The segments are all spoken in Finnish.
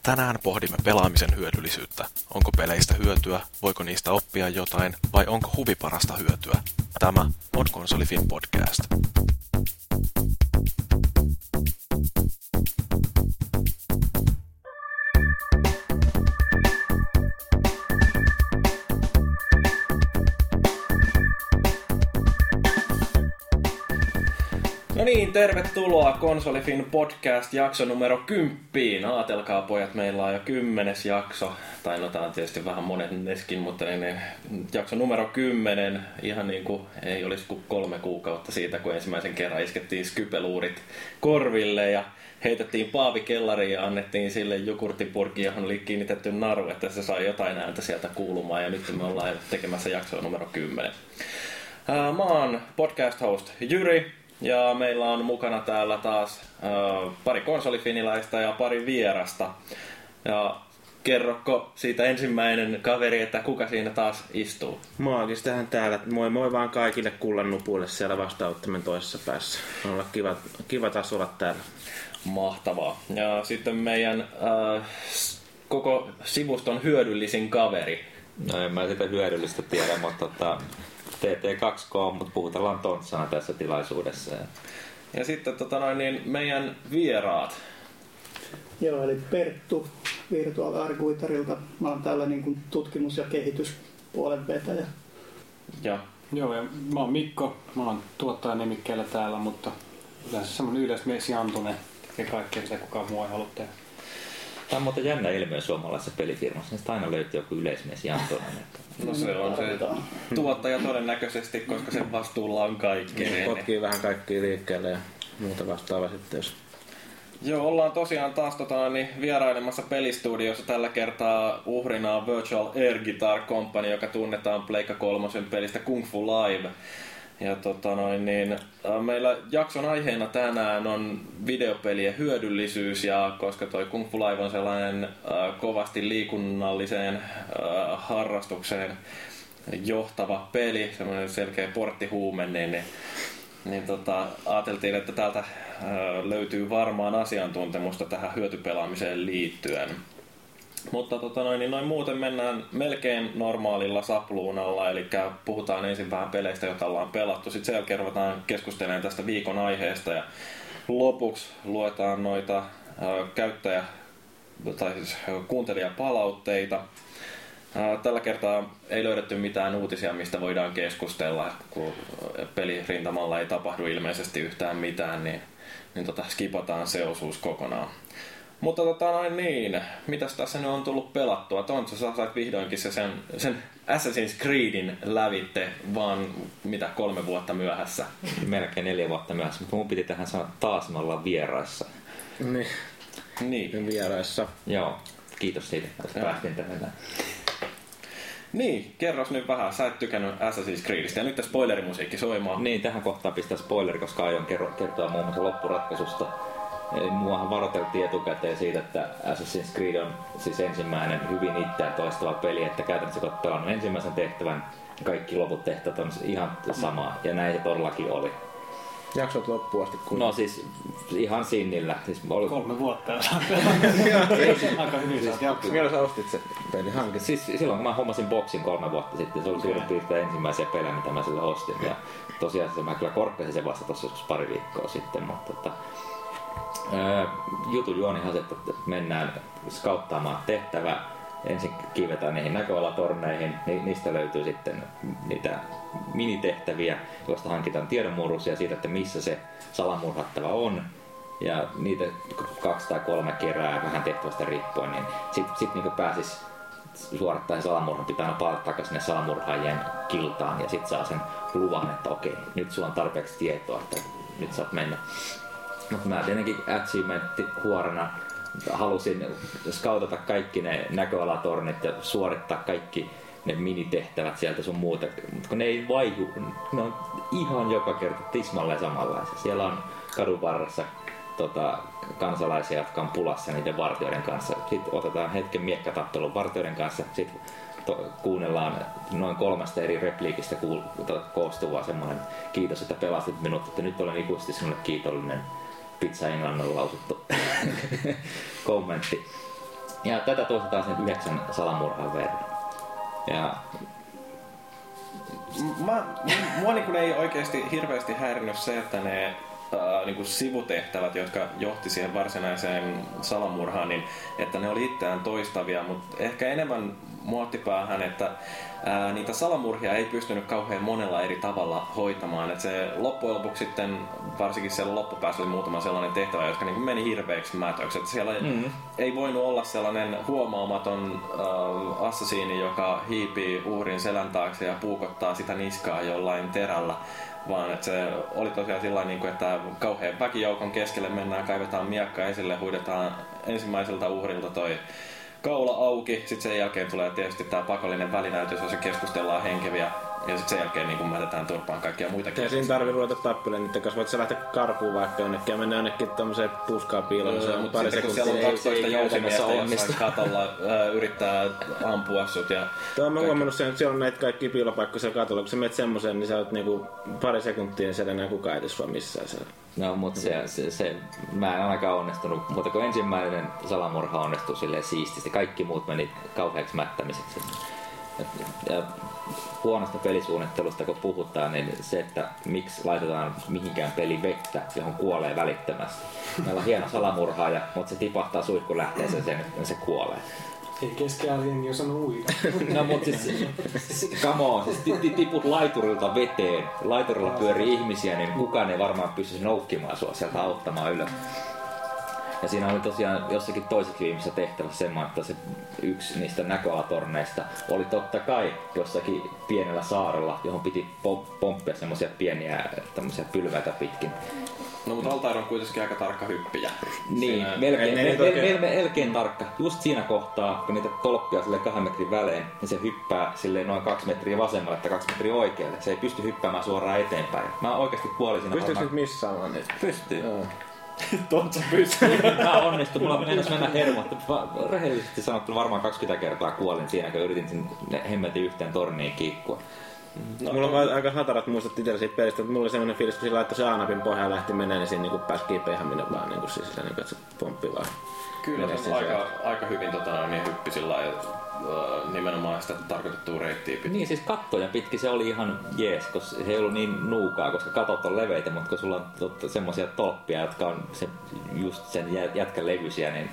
Tänään pohdimme pelaamisen hyödyllisyyttä. Onko peleistä hyötyä, voiko niistä oppia jotain vai onko huvi parasta hyötyä? Tämä on Konsolifin podcast. No niin, tervetuloa Konsolifin podcast jakso numero 10. Aatelkaa pojat, meillä on jo 10. jakso. Tai no tää on tietysti vähän moneskin, mutta jakso numero 10. Ihan niin kuin ei olisi kuin 3 kuukautta siitä, kun ensimmäisen kerran iskettiin skypeluurit korville ja heitettiin Paavi kellariin ja annettiin sille jogurttipurkki, johon oli kiinnitetty naru, että se sai jotain ääntä sieltä kuulumaan. Ja nyt me ollaan tekemässä jaksoa numero 10. Mä oon podcast host Jyri. Ja meillä on mukana täällä taas pari konsolifiniläistä ja pari vierasta. Ja kerrokko siitä ensimmäinen kaveri, että kuka siinä taas istuu? Maagistahan täällä. Moi moi vaan kaikille kullannupuille siellä vastaanottimen toisessa päässä. On olla kiva taas olla täällä. Mahtavaa. Ja sitten meidän koko sivuston hyödyllisin kaveri. No en mä sitä hyödyllistä tiedä, mutta TT2K, mutta puhutellaan tontsana tässä tilaisuudessa. Ja sitten meidän vieraat. Joo, eli Perttu Virtual Arguitarilta. Mä oon täällä niin kuin tutkimus- ja kehityspuolen vetäjä. Ja. Joo, ja mä oon Mikko. Mä oon tuottajanimikkeellä täällä, mutta yleensä semmonen yleismies Jantunen. Tekee kaikkea mitä kukaan muu ei halua tehdä. Tämä on muuten jännä ilmiö suomalaisessa pelifirmassa. Niistä aina löytyy joku yleismies Jantunen. No se on se tuottaja todennäköisesti, koska sen vastuulla on kaikki. Potkii vähän kaikkia liikkeelle ja muuta vastaavaa sitten, jos... Joo, ollaan tosiaan taas vierailemassa pelistudiossa. Tällä kertaa uhrina on Virtual Air Guitar Company, joka tunnetaan Pleikka 3 pelistä Kung Fu Live. Ja meillä jakson aiheena tänään on videopelien hyödyllisyys, ja koska toi Kung Fu Live on sellainen kovasti liikunnalliseen harrastukseen johtava peli, semmoinen selkeä porttihuume, niin ajateltiin, että täältä löytyy varmaan asiantuntemusta tähän hyötypelaamiseen liittyen. Mutta noin muuten mennään melkein normaalilla sapluunalla, eli puhutaan ensin vähän peleistä, joita ollaan pelattu. Sitten sen jälkeen ruvetaan keskustelemaan tästä viikon aiheesta ja lopuksi luetaan noita kuuntelijapalautteita. Tällä kertaa ei löydetty mitään uutisia, mistä voidaan keskustella, kun pelirintamalla ei tapahdu ilmeisesti yhtään mitään, niin skipataan se osuus kokonaan. Mutta mitäs tässä nyt on tullut pelattua? Tontsa, sä sait vihdoinkin sen Assassin's Creedin lävitte, vaan 3 vuotta myöhässä? Melkein 4 vuotta myöhässä, mutta mun piti tähän sanoa, taas me ollaan vieraissa. Niin. Vieraissa. Joo, kiitos siitä, että päästiin tähän. Niin, kerros nyt vähän. Sä et tykännyt Assassin's Creedistä ja nyt tämä spoilerimusiikki soimaan. Niin, tähän kohtaan pistää spoileri, koska aion kertoa muun muassa loppuratkaisusta. Eli muahan varoiteltiin etukäteen siitä, että Assassin's Creed on siis ensimmäinen hyvin itseään toistava peli, että käytännössä kun olet pelannut ensimmäisen tehtävän, kaikki loput tehtävät on ihan samaa, ja näin se todellakin oli. Jaksot loppuun asti kun... No siis ihan sinnillä. Siis oli... 3 vuotta aika hyvin siis jakso. Milloin sä ostit se peli hankit? Siis silloin kun mä hommasin boksin 3 vuotta sitten, se oli suurin piirtein ensimmäisiä pelejä, mitä mä sille ostin. Ja tosiaan mä kyllä korkkasin sen vasta tossa joskus pari viikkoa sitten, mutta jutun juonihan se, että mennään skauttaamaan tehtävä. Ensin kiivetään niihin näköalatorneihin, niistä löytyy sitten niitä minitehtäviä, joista hankitaan tiedonmurrusia siitä, että missä se salamurhattava on. Ja niitä 2 tai 3 kerää vähän tehtävästä riippuen, niin sit niin pääsis suorittamaan salamurhan, pitää aina palata takaisin sinne salamurhaajien kiltaan ja sit saa sen luvan, että okei, nyt sulla on tarpeeksi tietoa, että nyt saat mennä. Mutta mä tietenkin achievementti-huorana halusin skautata kaikki ne näköalatornit ja suorittaa kaikki ne minitehtävät sieltä sun muuta, mutta kun ne ei vaihu, ne on ihan joka kerta tismalleen samanlaisia. Siellä on kadun varressa kansalaisia, jotka on pulassa niiden vartijoiden kanssa. Sitten otetaan hetken miekkataptelun vartijoiden kanssa, sitten kuunnellaan noin 3 eri repliikistä koostuvaa semmoinen kiitos, että pelastit minut, että nyt olen ikuisesti sinulle kiitollinen. Pizza englannilla lausuttu kommentti. Ja tätä toistetaan sen 9 salamurhan verran. Ja Mua niin ei oikeasti hirveästi häirinyt se, että ne niin sivutehtävät, jotka johti siihen varsinaiseen salamurhaan, niin että ne oli itseään toistavia, mutta ehkä enemmän muottipäähän, että niitä salamurhia ei pystynyt kauhean monella eri tavalla hoitamaan. Että se loppujen lopuksi sitten, varsinkin siellä loppupäässä oli muutama sellainen tehtävä, jotka niin meni hirveäksi mätöksi. Että siellä ei voinut olla sellainen huomaamaton assassiini, joka hiipii uhrin selän taakse ja puukottaa sitä niskaa jollain terällä. Vaan että se oli tosiaan sillain, että kauhean väkijoukon keskelle mennään, kaivetaan miekka esille, huidetaan ensimmäiseltä uhrilta toi kaula auki, sitten sen jälkeen tulee tietysti tää pakollinen välinäytös, jossa keskustellaan henkeviä, ja sitten sen jälkeen niin mätetään turpaan kaikkia muitakin. Ja siinä tarvii ruveta tappelemaan niiden kanssa, voit sä lähteä karkuun vaikka jonnekin ja mennä jonnekin tommoseen puskaan piiloon. Mutta sitten kun siellä on 12 jousimiestä jossain katolla yrittää ampua sut ja... Tuo mä huomannut sen, että siellä on näitä kaikkia piilopaikkoja siellä katolla, kun sä menet semmoseen, niin sä oot niinku pari sekuntia, niin siellä enää kukaan edes vaan missään siellä. No, mutta se mä en ainakaan onnistunut, mutta kun ensimmäinen salamurha onnistui silleen siististi, kaikki muut meni kauheaksi mättämiseksi. Ja huonosta pelisuunnittelusta kun puhutaan, niin se, että miksi laitetaan mihinkään peli vettä, johon kuolee välittömästi. Meillä on hieno salamurhaaja, mutta se tipahtaa suihkulähteeseen ja se kuolee. Ei keskellä jengi osannut uida. No mut siis, come on, siis tiput laiturilta veteen, laiturilla pyörii ihmisiä, niin kukaan ei varmaan pystyisi noukkimaan sua sieltä auttamaan ylös. Ja siinä oli tosiaan jossakin toiseksi viimeisessä tehtävässä semmoinen, että se yksi niistä näköalatorneista oli totta kai jossakin pienellä saarella, johon piti pomppia semmoisia pieniä tämmöisiä pylväitä pitkin. No mutta Altair on kuitenkin aika tarkka hyppiä. Niin, melkein tarkka. Just siinä kohtaa, kun niitä tolppia sille 2 metrin välein, niin se hyppää silleen noin 2 metriä vasemmalle tai 2 metriä oikealle. Se ei pysty hyppäämään suoraan eteenpäin. Mä oikeasti kuolin siinä. Pystyykö nyt missaamaan niitä? Pystyy. Totta pystyy. Mä onnistuin, mulla mennä hermo. Rehellisesti sanottuna varmaan 20 kertaa kuolin siinä, kun yritin hemmetin yhteen torniin kiikkua. No, mulla on aika hatarat muistot itsellä siitä pelistä, mutta mulla oli semmoinen fiilis, kun siinä laittoi se A-napin pohjaan lähti menee, niin siinä niin pääsi kiipeähän minne vaan, niin siis sillä, että se pomppi vaan. Kyllä se on aika hyvin niin hyppi sillä nimenomaan sitä tarkoitettua reittiä pitkin. Niin siis kattoja pitkin se oli ihan jees, koska se ei ollut niin nuukaa, koska katot on leveitä, mutta kun sulla on semmosia tolppia, jotka on just sen jätkän levyisiä, niin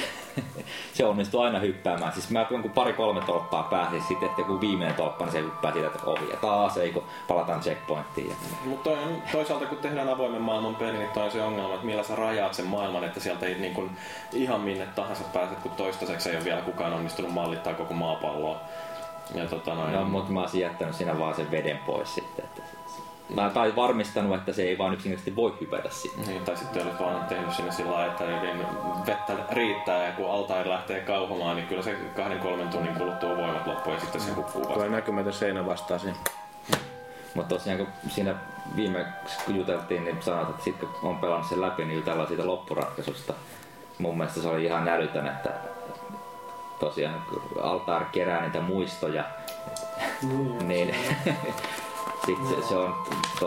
se onnistuu aina hyppäämään. Siis mä jonkun 2-3 tolppaa pääsin, sitten että joku viimeinen tolppa, niin se hyppää siitä ohi. Ja taas ei, kun palataan checkpointtiin. Mutta toisaalta kun tehdään avoimen maailman peli, niin toi on se ongelma, että millä sä rajaat sen maailman, että sieltä ei niin kuin ihan minne tahansa pääset, kun toistaiseksi ei ole vielä kukaan onnistunut mallittaa koko maapalloa. Ja no, mutta mä olisin jättänyt siinä vaan sen veden pois sitten. Mä tai varmistanut, että se ei vaan yksinkertaisesti voi hypätä sinne. Niin, tai sitten olet vaan tehnyt sinne sillä lailla, että vettä riittää ja kun Altair lähtee kauhomaan, niin kyllä se 2-3 tunnin kuluttua voimat loppuu ja sitten se hukkuu vasta. Tulee näkymätön seinä vastaan siinä. Mutta tosiaan kun siinä viimeksi kun juteltiin, niin sanoit, että sitten kun on pelannut sen läpi, niin jutellaan siitä loppuratkaisusta. Mun mielestä se oli ihan älytön, että tosiaan Altair kerää niitä muistoja, niin sitten se on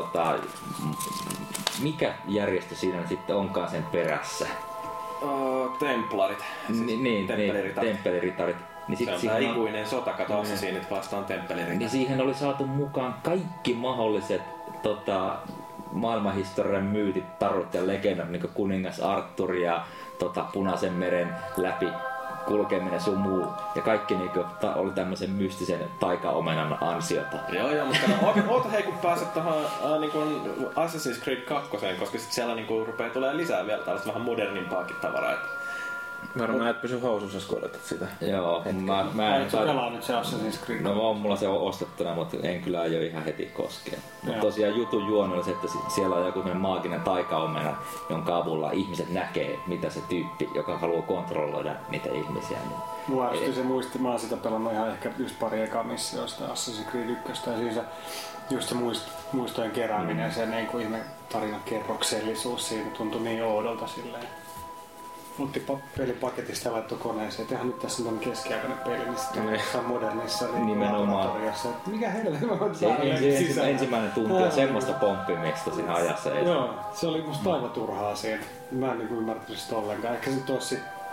mikä järjestö siinä sitten onkaan sen perässä? Templarit. Niin, temppeliritarit. Niin se on tää ikuinen sota, kato Assassinit vastaan temppeliritarit. Niin siihen oli saatu mukaan kaikki mahdolliset maailmanhistorian myytit, tarut ja legendat, niin kuin kuningas Arthur ja Punaisen meren läpi kulkeminen sun muu. Ja kaikki niinku oli tämmösen mystisen taikaomenan ansiota. Joo, mutta oota hei kun pääset tohon Assassin's Creed 2, koska sit siellä niinku rupee tulee lisää vielä tällaista vähän modernimpaakin tavaraa. Varmaan et pysy housussa, kun odotat sitä. Joo, mä en pelaa nyt se Assassin's Creed. No on mulla se ostettuna, mutta en kyllä aio ihan heti koskea. Mutta tosiaan jutun juoni oli se, että siellä on joku maaginen taikaomena, jonka avulla ihmiset näkee, mitä se tyyppi, joka haluaa kontrolloida niitä ihmisiä. Mulla on se muisti, mä oon sitä pelannut ihan ehkä just pari ekaa missioista Assassin's Creed 1, ja siis just se muistojen kerääminen ja se niinku ihme tarinakerroksellisuus siinä tuntui niin oudolta silleen. Otti pelipaketista ja laittoi koneeseen, että nyt tässä on keskiaikainen peli, niin sitten on modernissa laboratoriossa. Mikä helvetti on se ensimmäinen tunti on semmoista pomppimista siinä ajassa. Joo, se oli musta aivan turhaa siinä. Mä en ymmärtänyt sitä ollenkaan. Ehkä se tosi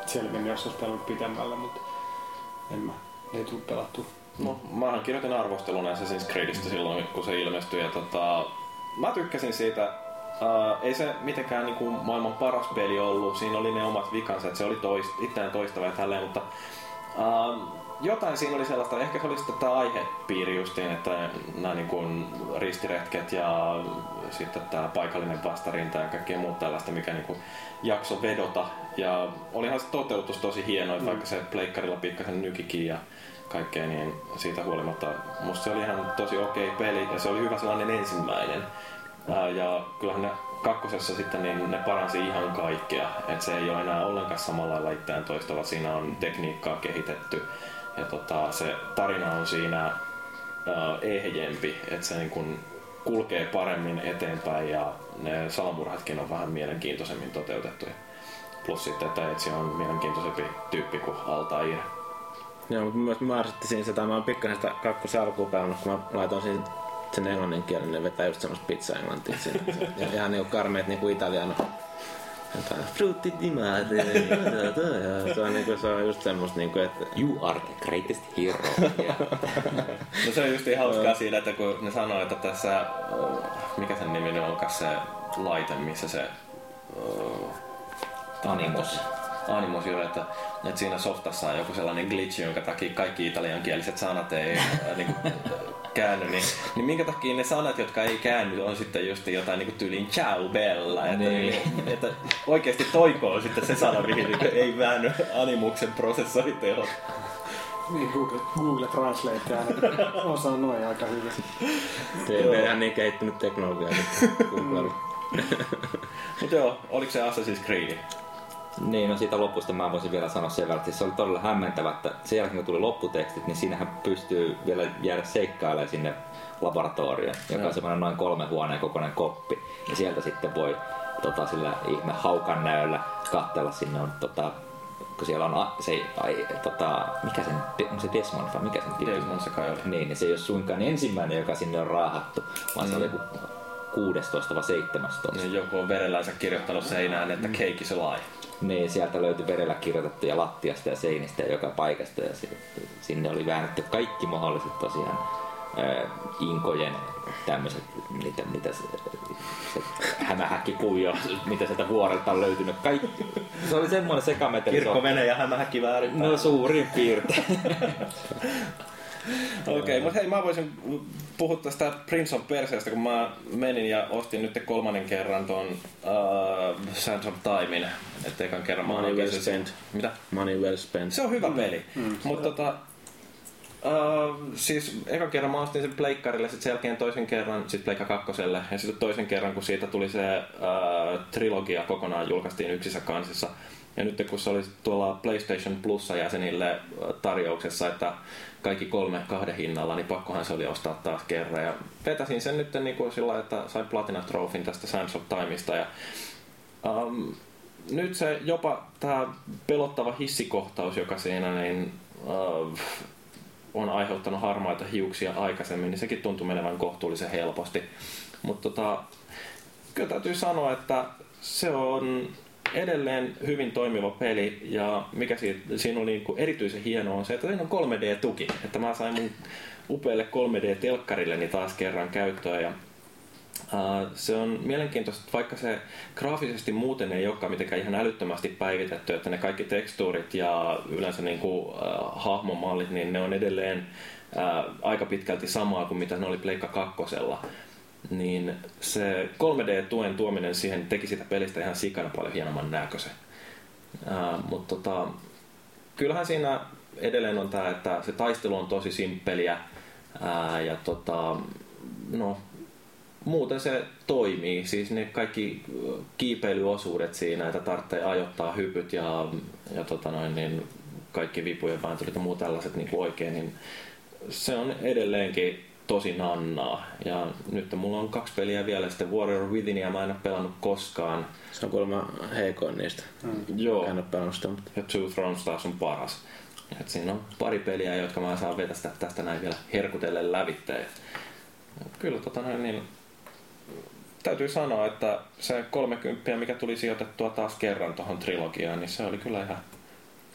selvinnyt, jos olisi pelannut pitemmälle, mutta ei tullut pelattua. No, mähän kirjoitin arvostelun Assassin's Creedistä silloin, kun se ilmestyi. Ja mä tykkäsin siitä. Ei se mitenkään niinku maailman paras peli ollut. Siinä oli ne omat vikansa, että se oli itseään toistava ja tälleen, mutta jotain siinä oli sellaista. Ehkä se oli sitten tämä aihepiiri justiin, että nämä niinku ristiretket ja sitten tämä paikallinen vastarinta ja kaikkea muuta tällaista, mikä niinku jakso vedota. Ja olihan se toteutus tosi hieno, vaikka se pleikkarilla pikkasen nykikin ja kaikkea, niin siitä huolimatta musta se oli ihan tosi okei peli ja se oli hyvä sellainen ensimmäinen. Ja kyllähän ne kakkosessa sitten niin ne paransi ihan kaikkea, että se ei ole enää ollenkaan samalla lailla itseään toistava, siinä on tekniikkaa kehitetty ja se tarina on siinä ehjempi, että se niin kun kulkee paremmin eteenpäin ja ne salamurhatkin on vähän mielenkiintoisemmin toteutettu. Plus sitten, että Ezio on mielenkiintoisempi tyyppi kuin Altair. Joo, mutta myös mä arsittiin sitä, mä oon pikkasen sitä kakkosen alkuun pelannut, kun mä laitoin siinä sen englannin kielen, niin vetää just semmoista pizza-englantia siinä. Ja ihan niinku karmeet niinku italiano. Jotain frutti di mare. Se on just semmoista niinku, että You are the greatest hero. No se on just hauskaa siinä, että kun ne sanoo, että tässä, mikä sen nimi onkaan se laite, missä se Animus, että siinä softassa on joku sellainen glitch, jonka takia kaikki italiankieliset sanat ei niin käänny, niin minkä takia ne sanat, jotka ei käänny, on sitten just jotain niin tyyliin ciao bella, että oikeasti toikoon sitten se sana, mihin ei väänny Animuksen prosessoritehot. Niin, Google Translate aina osaa noin aika hyvin. Ei ihan niin kehittynyt teknologia. Mutta joo, oliko se Assassin's Creed? Niin, no siitä lopusta mä voisin vielä sanoa sen verran, että se oli todella hämmentävä, että sen jälkeen kun tuli lopputekstit, niin siinähän pystyy vielä jäädä seikkailemaan sinne laboratorioon, joka on semmoinen noin 3 huoneen kokoinen koppi. Ja sieltä sitten voi sillä ihme haukan näöllä katsella sinne on kun siellä on mikä se Desmond vai mikä sen tyyppi? Desmond se kai oli. Niin, se ei ole suinkaan ensimmäinen, joka sinne on raahattu, vaan se oli joku 16 vai 17. Niin, joku on verellänsä kirjoittanut seinään, että cake is a lie. Niin, sieltä löytyi verellä kirjoitettuja lattiasta ja seinistä ja joka paikasta ja sinne oli väännetty kaikki mahdolliset tosiaan inkojen tämmöiset, mitä se hämähäkkikuvio, mitä sieltä vuorelta on löytynyt. Kaikki. Se oli semmoinen sekameteli. Kirkkovene ja hämähäkki väärinpäin. No suurin piirtein. Okei, mutta hei, mä voisin puhua tästä Prince of Persiasta, kun mä menin ja ostin nyt 3. kerran ton Sands of Timein, että ekan kerran Money well spent. Mitä? Money well spent. Se on hyvä peli, mutta siis ekan kerran mä ostin sen pleikkarille, sitten sen jälkeen toisen kerran sit pleikka 2 ja sitten toisen kerran, kun siitä tuli se trilogia kokonaan julkaistiin yksissä kansissa. Ja nyt kun se oli tuolla PlayStation Plussa jäsenille tarjouksessa, että kaikki 3 2 hinnalla, niin pakkohan se oli ostaa taas kerran. Ja vetäsin sen nyt niin kuin sillä, että sain Platina Trophyn tästä Sands of Timeista. Ja, nyt se jopa tämä pelottava hissikohtaus, joka siinä niin, on aiheuttanut harmaita hiuksia aikaisemmin, niin sekin tuntui menevän kohtuullisen helposti. Mutta kyllä täytyy sanoa, että se on edelleen hyvin toimiva peli ja mikä siinä oli niin erityisen hienoa on se, että siinä on 3D-tuki. Että mä sain mun upealle 3D-telkkarilleni taas kerran käyttöön ja se on mielenkiintoista, että vaikka se graafisesti muuten ei olekaan mitenkään ihan älyttömästi päivitetty, että ne kaikki tekstuurit ja yleensä niin kuin, hahmomallit, niin ne on edelleen aika pitkälti samaa kuin mitä ne oli Pleikka 2. Niin se 3D-tuen tuominen siihen teki sitä pelistä ihan sikana paljon hienomman näköisen. Mutta kyllähän siinä edelleen on tämä, että se taistelu on tosi simppeliä ja no, muuten se toimii. Siis ne kaikki kiipeilyosuudet siinä, että tarvitsee ajoittaa hypyt ja niin kaikki vipujen vääntelyt ja muut tällaiset niin kuin oikein, niin se on edelleenkin tosi nannaa. Ja nyt mulla on 2 peliä vielä, sitten Warrior Withinia mä en ole pelannut koskaan. Se on kuulemma heikoin niistä. Joo. En ole pelannut sitä, mutta ja Two Thrones taas on paras. Et siinä on pari peliä, jotka mä saan vetästä tästä näin vielä herkutellen lävitteen. Kyllä niin täytyy sanoa, että se 30, mikä tuli sijoitettua taas kerran tuohon trilogiaan, niin se oli kyllä ihan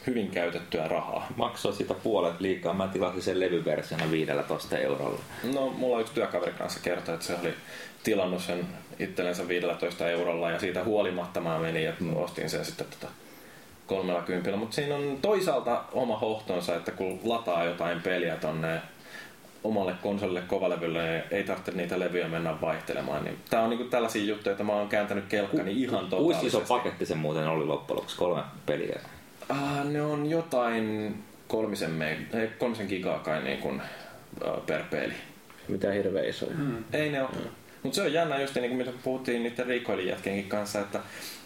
hyvin käytettyä rahaa. Maksoi sitä puolet liikaa. Mä tilasin sen levyversiona 15 €. No, mulla yksi työkaveri kanssa kertoi, että se oli tilannut sen itsellensä 15 € ja siitä huolimatta mä menin ja ostin sen sitten 30. Mutta siinä on toisaalta oma hohtonsa, että kun lataa jotain peliä tonne omalle konsolille kovalevylle, niin ei tarvitse niitä levyjä mennä vaihtelemaan. Niin tää on niinku tällaisia juttuja, että mä oon kääntänyt kelkkani ihan totaalisesti. Kuinka iso paketti se muuten oli loppujen lopuksi? 3 peliä? Ne on jotain 3 gigaa kai niin kuin, per peli. Mitä hirveä isoja. Ei ne ole. Mutta se on jännä just niin kuin mitä puhuttiin niiden riikoilijätkenkin kanssa, että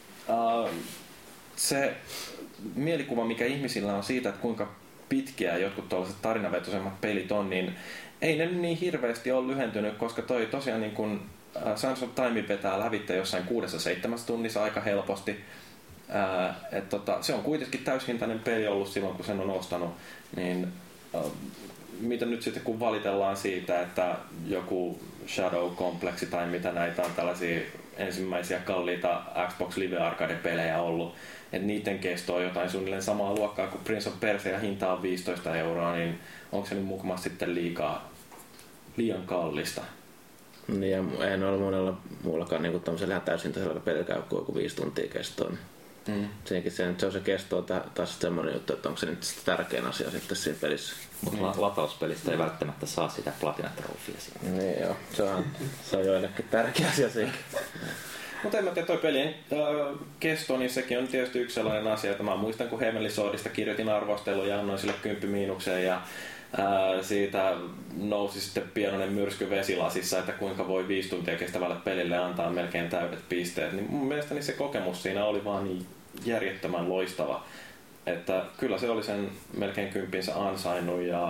se mielikuva, mikä ihmisillä on siitä, että kuinka pitkiä jotkut tuollaiset tarinavetoisemmat pelit on, niin ei ne niin hirveästi ole lyhentynyt, koska toi tosiaan niin kuin Sands of Time vetää lävittä jossain 6-7 tunnissa aika helposti. Se on kuitenkin täyshintainen peli ollut silloin, kun sen on ostanut, niin mitä nyt sitten kun valitellaan siitä, että joku Shadow Complexi tai mitä näitä on tällaisia ensimmäisiä kalliita Xbox Live Arcade-pelejä ollut, että niiden kesto on jotain suunnilleen samaa luokkaa kuin Prince of Persia ja hinta on 15 €, niin onko se nyt mukaan sitten liian kallista? Niin, ja eihän ole monella muullakaan niin tämmöisellä ihan täysintaisella pelillä käy kuin 5 tuntia kestoon. Siinäkin se on se kesto taas semmoinen juttu, että onko se nyt tärkein asia sitten siinä pelissä. Mutta latauspelistä ei välttämättä saa sitä Platina-trofia siitä. Niin joo, se on joillekin tärkeä asia siinä. Mutta en mä tiedä, toi pelien kesto, niin sekin on tietysti yksi sellainen asia, että mä muistan, kun Heavenly Swordista kirjoitin arvostelun ja annoin sille 10 ja siitä nousi sitten pienoinen myrsky vesilasissa, että kuinka voi 5 tuntia kestävälle pelille antaa melkein täydet pisteet. Niin mun mielestäni se kokemus siinä oli vaan niin järjettömän loistava, että kyllä se oli sen melkein 10 ansainnut ja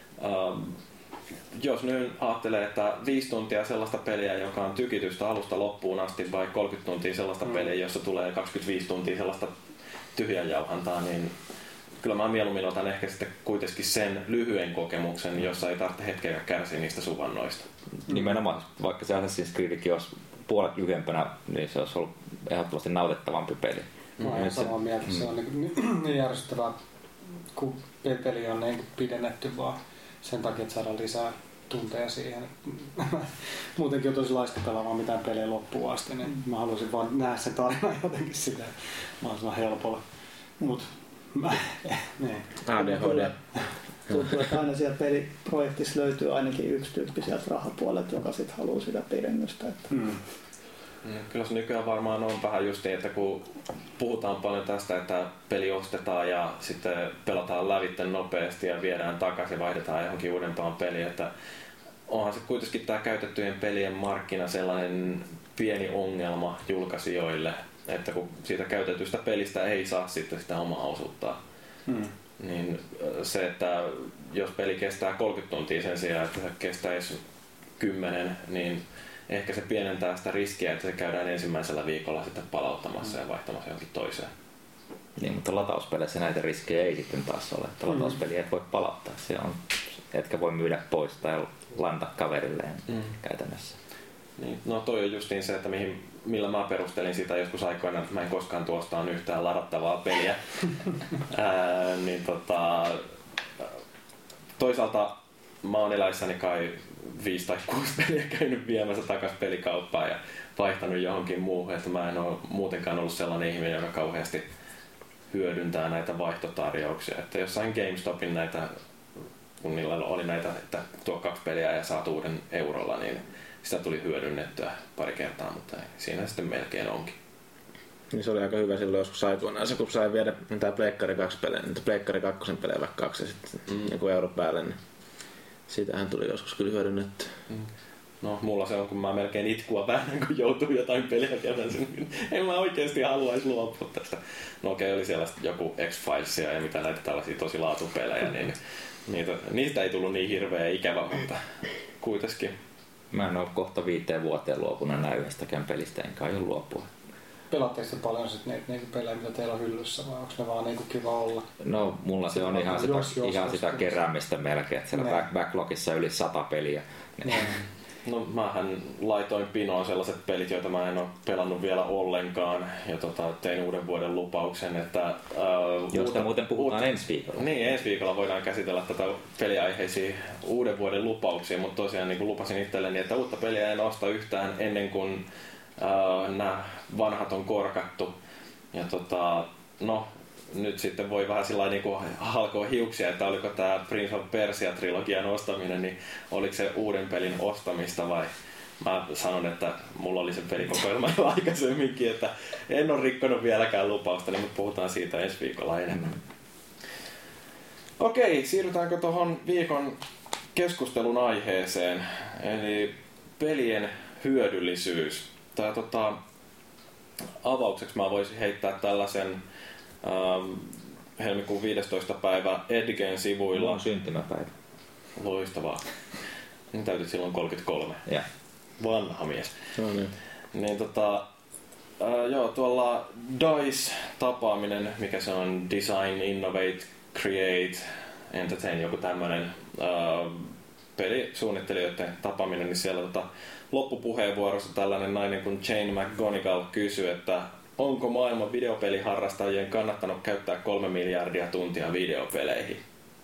jos nyt ajattelee, että 5 tuntia sellaista peliä, joka on tykitystä alusta loppuun asti, vai 30 tuntia sellaista peliä, jossa tulee 25 tuntia sellaista tyhjän jauhantaa, niin kyllä mä mieluummin otan ehkä sitten kuitenkin sen lyhyen kokemuksen, jossa ei tarvitse hetkeä kärsiä niistä suvannoista. Nimenomaan, vaikka se Assassin's Creedkin olisi puolet lyhyempänä, niin se olisi ollut ehdottomasti nautittavampi peli. Mä oon samaa mieltä, se on niin järjestävää, kun peli on niin pidennetty vaan sen takia, että saadaan lisää tunteja siihen. Muutenkin on tosi laiska pelaamaan mitään pelejä loppuun asti, niin mä haluaisin vaan nähdä sen tarinan jotenkin sitä mahdollisimman helpolla. Mut niin. ADHD. Tuntuu, että aina siellä peliprojektissa löytyy ainakin yksi tyyppi sieltä rahapuolelta, joka sitten haluaa sitä pidennystä. Että Kyllä se nykyään varmaan on vähän just niin, että kun puhutaan paljon tästä, että peli ostetaan ja sitten pelataan lävitse nopeasti ja viedään takaisin ja vaihdetaan johonkin uudempaan peliin, että onhan se kuitenkin tämä käytettyjen pelien markkina sellainen pieni ongelma julkaisijoille, että kun siitä käytetystä pelistä ei saa sitten sitä omaa osuuttaa. Niin se, että jos peli kestää 30 tuntia sen sijaan, että se kestäisi 10, niin ehkä se pienentää sitä riskiä, että se käydään ensimmäisellä viikolla sitten palauttamassa ja vaihtamassa johonkin toiseen. Niin, mutta latauspeleissä näitä riskejä ei sitten taas ole. Että latauspeliä et voi palauttaa. Se on, etkä voi myydä pois tai landa kaverilleen käytännössä. Niin, no toi on justiin se, että millä mä perustelin sitä joskus aikoinaan, että mä en koskaan tuostaan yhtään ladattavaa peliä. Niin toisaalta mä oon eläissäni kai 5 tai 6 peliä käynyt viemässä takaisin pelikauppaan ja vaihtanut johonkin muuhun, että mä en ole muutenkaan ollut sellainen ihminen, joka kauheasti hyödyntää näitä vaihtotarjouksia. Että jossain GameStopin näitä, kun niillä oli näitä, että tuo 2 peliä ja saat uuden eurolla, niin sitä tuli hyödynnettyä pari kertaa, mutta siinä sitten melkein onkin. Niin se oli aika hyvä silloin joskus aikoinaan, se kun sai viedä mitään Pleikkari 2 pelejä, niitä Pleikkari 2 pelejä vaikka 2 ja sitten joku euro päälle, niin siitähän tuli joskus kyllä hyödynnetty. No mulla se on, kun mä melkein itkua vähän, kun joutuu jotain peliä käydään sen, niin en mä oikeesti haluaisi luopua tästä. No okei, oli siellä joku X-Filesia ja mitä näitä tällaisia tosi laatupelejä, niin niistä ei tullut niin hirveä ikävä, mutta kuitenkin. Mä en ole kohta 5 vuoteen luopunut enää yhdestäkään pelistä, enkä aio luopua. Pelaatteko te paljon sit niitä pelejä, mitä teillä on hyllyssä, vai onko ne vaan niinku kiva olla? No mulla se on ihan sitä keräämistä melkein, että siellä backlogissa yli 100 peliä. No mähän laitoin pinoon sellaiset pelit, joita mä en ole pelannut vielä ollenkaan ja tein uuden vuoden lupauksen, että josta muuten puhutaan ensi viikolla. Niin, ensi viikolla voidaan käsitellä tätä peliaiheisia uuden vuoden lupauksia, mutta tosiaan niin kuin lupasin itselleni, että uutta peliä en osta yhtään ennen kuin nämä vanhat on korkattu. Ja no, nyt sitten voi vähän sillä niin kuin halkoa hiuksia, että oliko tämä Prince of Persia-trilogian ostaminen, niin oliko se uuden pelin ostamista vai mä sanon, että mulla oli se pelikokoelma jo aikaisemminkin, että en ole rikkonut vieläkään lupausta, niin puhutaan siitä ensi viikolla enemmän. Okei, siirrytäänkö tuohon viikon keskustelun aiheeseen, eli pelien hyödyllisyys. Tää avaukseksi mä voisin heittää tällaisen helmikuun 15. päivä Edgen sivuilla. Mulla on syntymäpäivä. Loistavaa. Niin täytyy silloin 33. Ja. Vanha mies. No niin. Niin joo, tuolla DICE-tapaaminen, mikä se on, Design, Innovate, Create, Entertain, joku tämmönen pelisuunnittelijoiden tapaaminen, niin siellä loppupuheenvuorossa tällainen nainen kuin Jane McGonigal kysyi, että onko maailman videopeliharrastajien kannattanut käyttää 3 miljardia tuntia videopeleihin?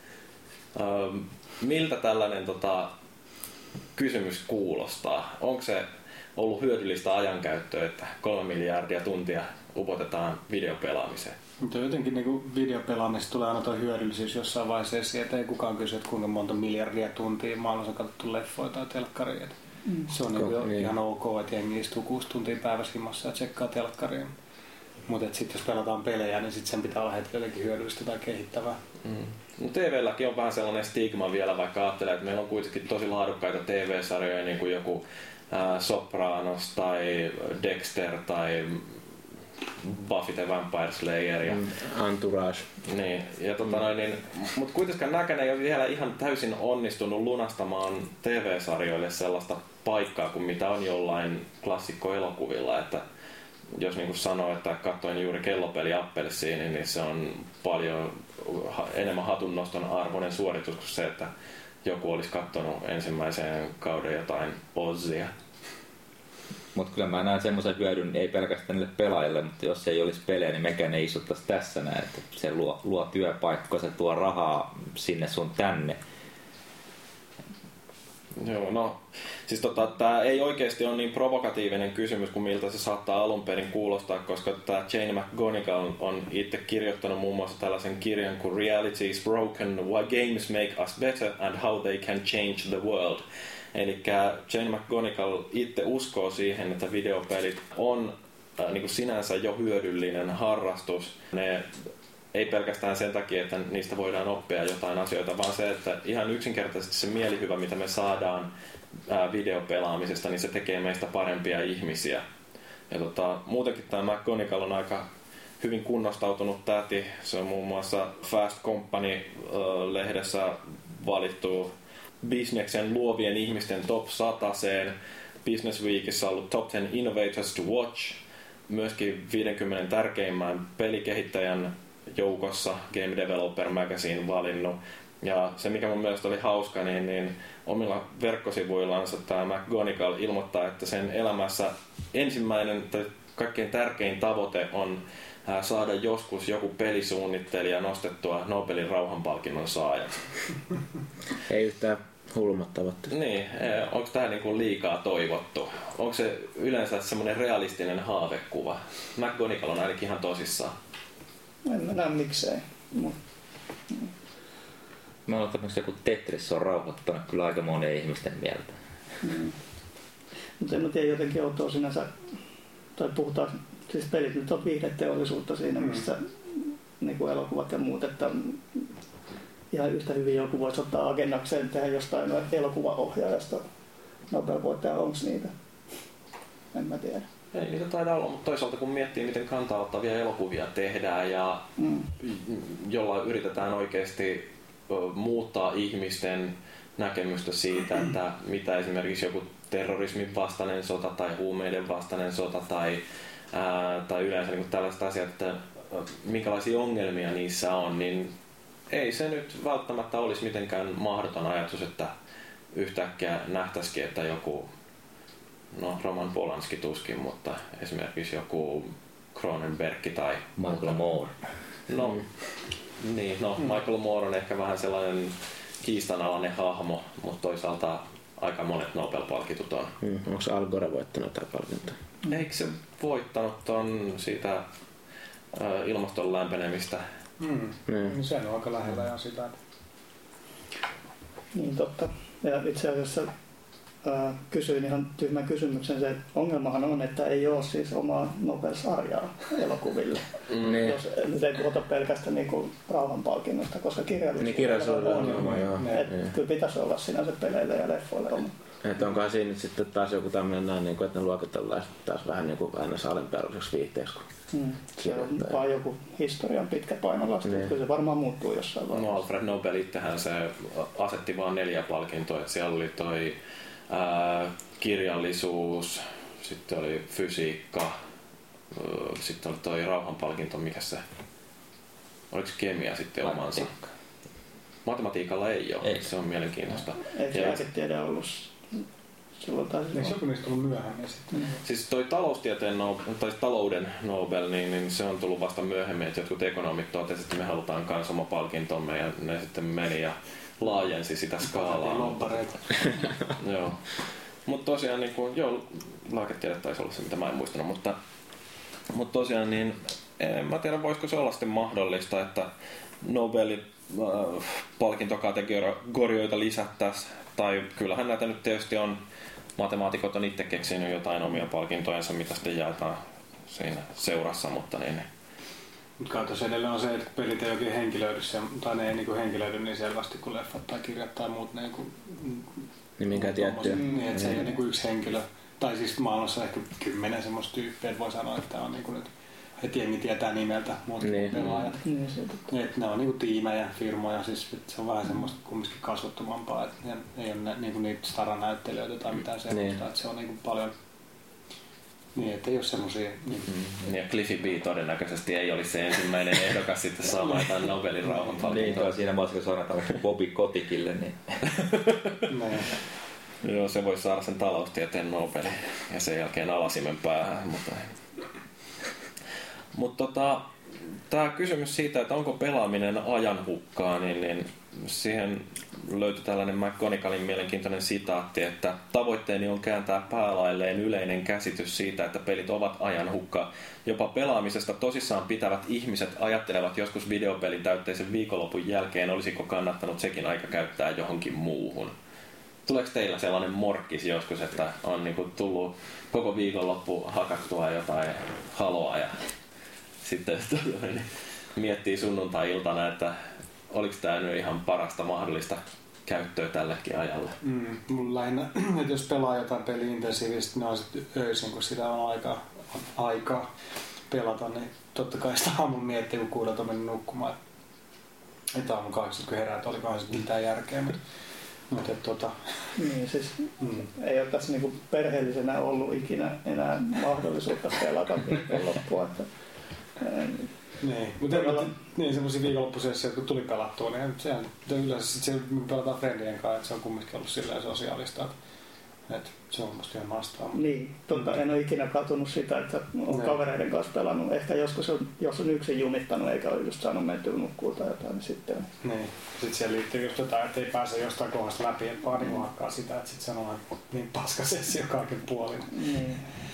Miltä tällainen kysymys kuulostaa? Onko se ollut hyödyllistä ajankäyttöä, että 3 miljardia tuntia upotetaan videopelaamiseen? Mutta jotenkin niin videopelaamista tulee aina tuo hyödyllisyys jossain vaiheessa esiin, että ei kukaan kysy, että kuinka monta miljardia tuntia maailmassa on katsottu leffoja tai telkkaria. Se on ihan ok, että jengi istuu 6 tuntia päivässä himassa ja tsekkaa telkkaria. Mutta sitten jos pelataan pelejä, niin sen pitää olla heti jotenkin hyödyllistä tai kehittävää. No TV:lläkin on vähän sellainen stigma vielä, vaikka ajattelee, että meillä on kuitenkin tosi laadukkaita TV-sarjoja, niin kuin joku Sopranos tai Dexter tai Buffy the Vampire Slayer ja Entourage. Niin, ja mutta kuitenkaan näkään ei ole vielä ihan täysin onnistunut lunastamaan TV-sarjoille sellaista paikkaa kuin mitä on jollain klassikkoelokuvilla, että jos niin kuin sanoo, että katsoin juuri Kellopeli Appelsiini, niin se on paljon enemmän hatunnoston arvoinen suoritus kuin se, että joku olisi katsonut ensimmäisen kauden jotain Ozzia. Mutta kyllä mä näen semmoisen hyödyn, ei pelkästään niille pelaajille, mutta jos ei olisi pelejä, niin mekään ei istuttaisi tässä näin. Että se luo työpaikkoja, se tuo rahaa sinne sun tänne. Joo, no siis tämä ei oikeasti ole niin provokatiivinen kysymys kuin miltä se saattaa alun perin kuulostaa, koska tämä Jane McGonigal on itse kirjoittanut muun muassa tällaisen kirjan kuin Reality is Broken, Why Games Make Us Better and How They Can Change the World. Eli Jane McGonigal itse uskoo siihen, että videopelit on niin kuin sinänsä jo hyödyllinen harrastus. Ne ei pelkästään sen takia, että niistä voidaan oppia jotain asioita, vaan se, että ihan yksinkertaisesti se mielihyvä, mitä me saadaan videopelaamisesta, niin se tekee meistä parempia ihmisiä. Ja muutenkin tämä McGonigal on aika hyvin kunnostautunut täti. Se on muun muassa Fast Company-lehdessä valittu bisneksen luovien ihmisten top 100-seen. Business Weekissä on ollut Top 10 Innovators to Watch. Myöskin 50 tärkeimmän pelikehittäjän joukossa Game Developer Magazine valinnut. Ja se, mikä mun mielestä oli hauska, niin omilla verkkosivuillansa tämä McGonigal ilmoittaa, että sen elämässä ensimmäinen tai kaikkein tärkein tavoite on saada joskus joku pelisuunnittelija nostettua Nobelin rauhanpalkinnon saajaksi. Ei yhtään hulmat tavoitteet. Niin, onko tämä niinku liikaa toivottu? Onko se yleensä semmoinen realistinen haavekuva? McGonigal on ainakin ihan tosissaan. En mä näe miksei. Mä olen tämmöistä, kun Tetris on rauhoittanut kyllä aika monen ihmisten mieltä. Mutta en mä tiedä, jotenkin outoa sinänsä, tai puhutaan, siis pelit nyt on viihdeteollisuutta siinä, missä niin kuin elokuvat ja muut, että ihan yhtä hyvin joku voisi ottaa agendakseen tehdä jostain elokuvaohjaajasta Nobel-voittaja, onko niitä? En mä tiedä. Ei niitä taida olla, mutta toisaalta kun miettii, miten kantauttavia elokuvia tehdään ja jolla yritetään oikeasti muuttaa ihmisten näkemystä siitä, että mitä esimerkiksi joku terrorismin vastainen sota tai huumeiden vastainen sota tai yleensä niin tällaiset asiat, että minkälaisia ongelmia niissä on, niin ei se nyt välttämättä olisi mitenkään mahdoton ajatus, että yhtäkkiä nähtäisikin, että joku, no Roman Polanski tuskin, mutta esimerkiksi joku Cronenberg tai Michael Moore. No, niin, Michael Moore on ehkä vähän sellainen kiistanalainen hahmo, mutta toisaalta aika monet Nobel-palkitut on. Onko Al Gore voittanut tämä palkinto? Eikö se voittanut ton siitä ilmaston lämpenemistä? No, sehän on aika lähellä ja sitä. Niin totta. Ja itse asiassa kysyin ihan tyhmän kysymyksen. Se ongelmahan on, että ei ole siis omaa Nobel-sarjaa elokuville. Jos nyt ei puhuta pelkästään niinku rauhanpalkinnosta, koska kirjallisuudella on oma, joo. Kyllä pitäisi olla sinänsä peleille ja leffoille oma. Että onkohan siinä nyt sitten taas joku tämmöinen näin, niin kuin, että ne luokitellaan taas vähän niin kuin aina alempiarvoiseksi viihteeksi. Se on vaan joku historian pitkä painolasti. Kyllä se varmaan muuttuu jossain vaiheessa. No Alfred Nobel itsehän se asetti vaan 4 palkintoa. Siellä oli toi kirjallisuus, sitten oli fysiikka, sitten oli toi rauhanpalkinto, mikä se, oliko kemia sitten omansa? Matematiikalla ei ole, ei. Se on mielenkiintoista. Eikö lääketiede ollut silloin taisi olla? Eikö joku niistä ollut myöhemmin sitten? Siis toi taloustieteen tai talouden Nobel, niin se on tullut vasta myöhemmin, että jotkut ekonomit totesivat, että me halutaan kans oma palkintomme ja ne sitten meni ja laajensi sitä skaalaa. Joo. Mutta tosiaan, niin kuin, lääketiede taisi olla se, mitä mä en muistanut, mutta tosiaan, niin en mä tiedä, voisiko se olla sitten mahdollista, että Nobelin palkintokategorioita lisättäisiin, tai kyllähän näitä nyt tietysti on, matemaatikot on itse keksinyt jotain omia palkintojensa, mitä sitten jaetaan siinä seurassa, mutta niin. Mutta kai edelleen on se, että pelit ei oikein henkilöidy, tai ne ei niinku henkilöidy niin selvästi kuin leffat tai kirjat tai muut. Niin minkä tiettyä. Niin, että se ei ole niinku yksi henkilö. Tai siis maailmassa ehkä 10 semmoista tyyppiä, että voi sanoa, että on niinku nyt, että jengi tietää nimeltä muut pelaajat. Että ne on niinku tiimejä, firmoja, siis se on vähän semmoista kumminkin kasvottomampaa, että ei ole niinku niitä staranäyttelijöitä tai mitään semmoista, että se on niinku paljon. Niin, ettei ole semmosia. Ja Cliffy B todennäköisesti ei olisi se ensimmäinen ehdokas sitten saamaan tämän Nobelin rauhanpalkintoa. Niin, siinä vaiheessa, kun sanotaan Bobby Kotikille, niin. Joo, se voisi saada sen taloustieteen Nobelin ja sen jälkeen alasimen päähän. Mutta tämä kysymys siitä, että onko pelaaminen ajanhukkaa, niin siihen löytyi tällainen McGonagallin mielenkiintoinen sitaatti, että tavoitteeni on kääntää päälailleen yleinen käsitys siitä, että pelit ovat ajanhukkaa. Jopa pelaamisesta tosissaan pitävät ihmiset ajattelevat joskus videopelin täytteisen viikonlopun jälkeen, olisiko kannattanut sekin aika käyttää johonkin muuhun. Tuleeko teillä sellainen morkkis joskus, että on niinku tullut koko viikonloppu hakattua jotain haloa ja sitten miettii sunnuntai-iltana, että oliko tämä nyt ihan parasta mahdollista käyttöä tällekin ajalle? Mulla lähinnä, että jos pelaa jotain peliä intensiivisesti, niin on sitten öisin, kun sitä on aikaa pelata, niin totta kai sitä aamun miettii, kun 6 on mennyt nukkumaan. Että aamun 8, kun herää, että olikohan sitten mitään järkeä. Niin, siis ei ole tässä niinku perheellisenä ollut ikinä enää mahdollisuutta pelata viikonloppua. Niin, mutta niin semmoisia viikonloppusessioita, kun tuli pelattua, niin sehän yleensä sitten se, pelataan friendien kanssa, että se on kumminkin ollut silleen sosiaalista, että se on musta ihan nastaa. Niin, totta, en ole ikinä katunut sitä, että on kavereiden kanssa pelannut. Ehkä joskus, jos on yksin jumittanut eikä ole just saanut mentyä nukkuun tai jotain, niin sitten. Niin, sitten siihen liittyy just jotain, että ei pääse jostain kohdasta läpi, että vaan niin hakkaa sitä, että sitten se on niin paska sessio kaiken puolin. Niin.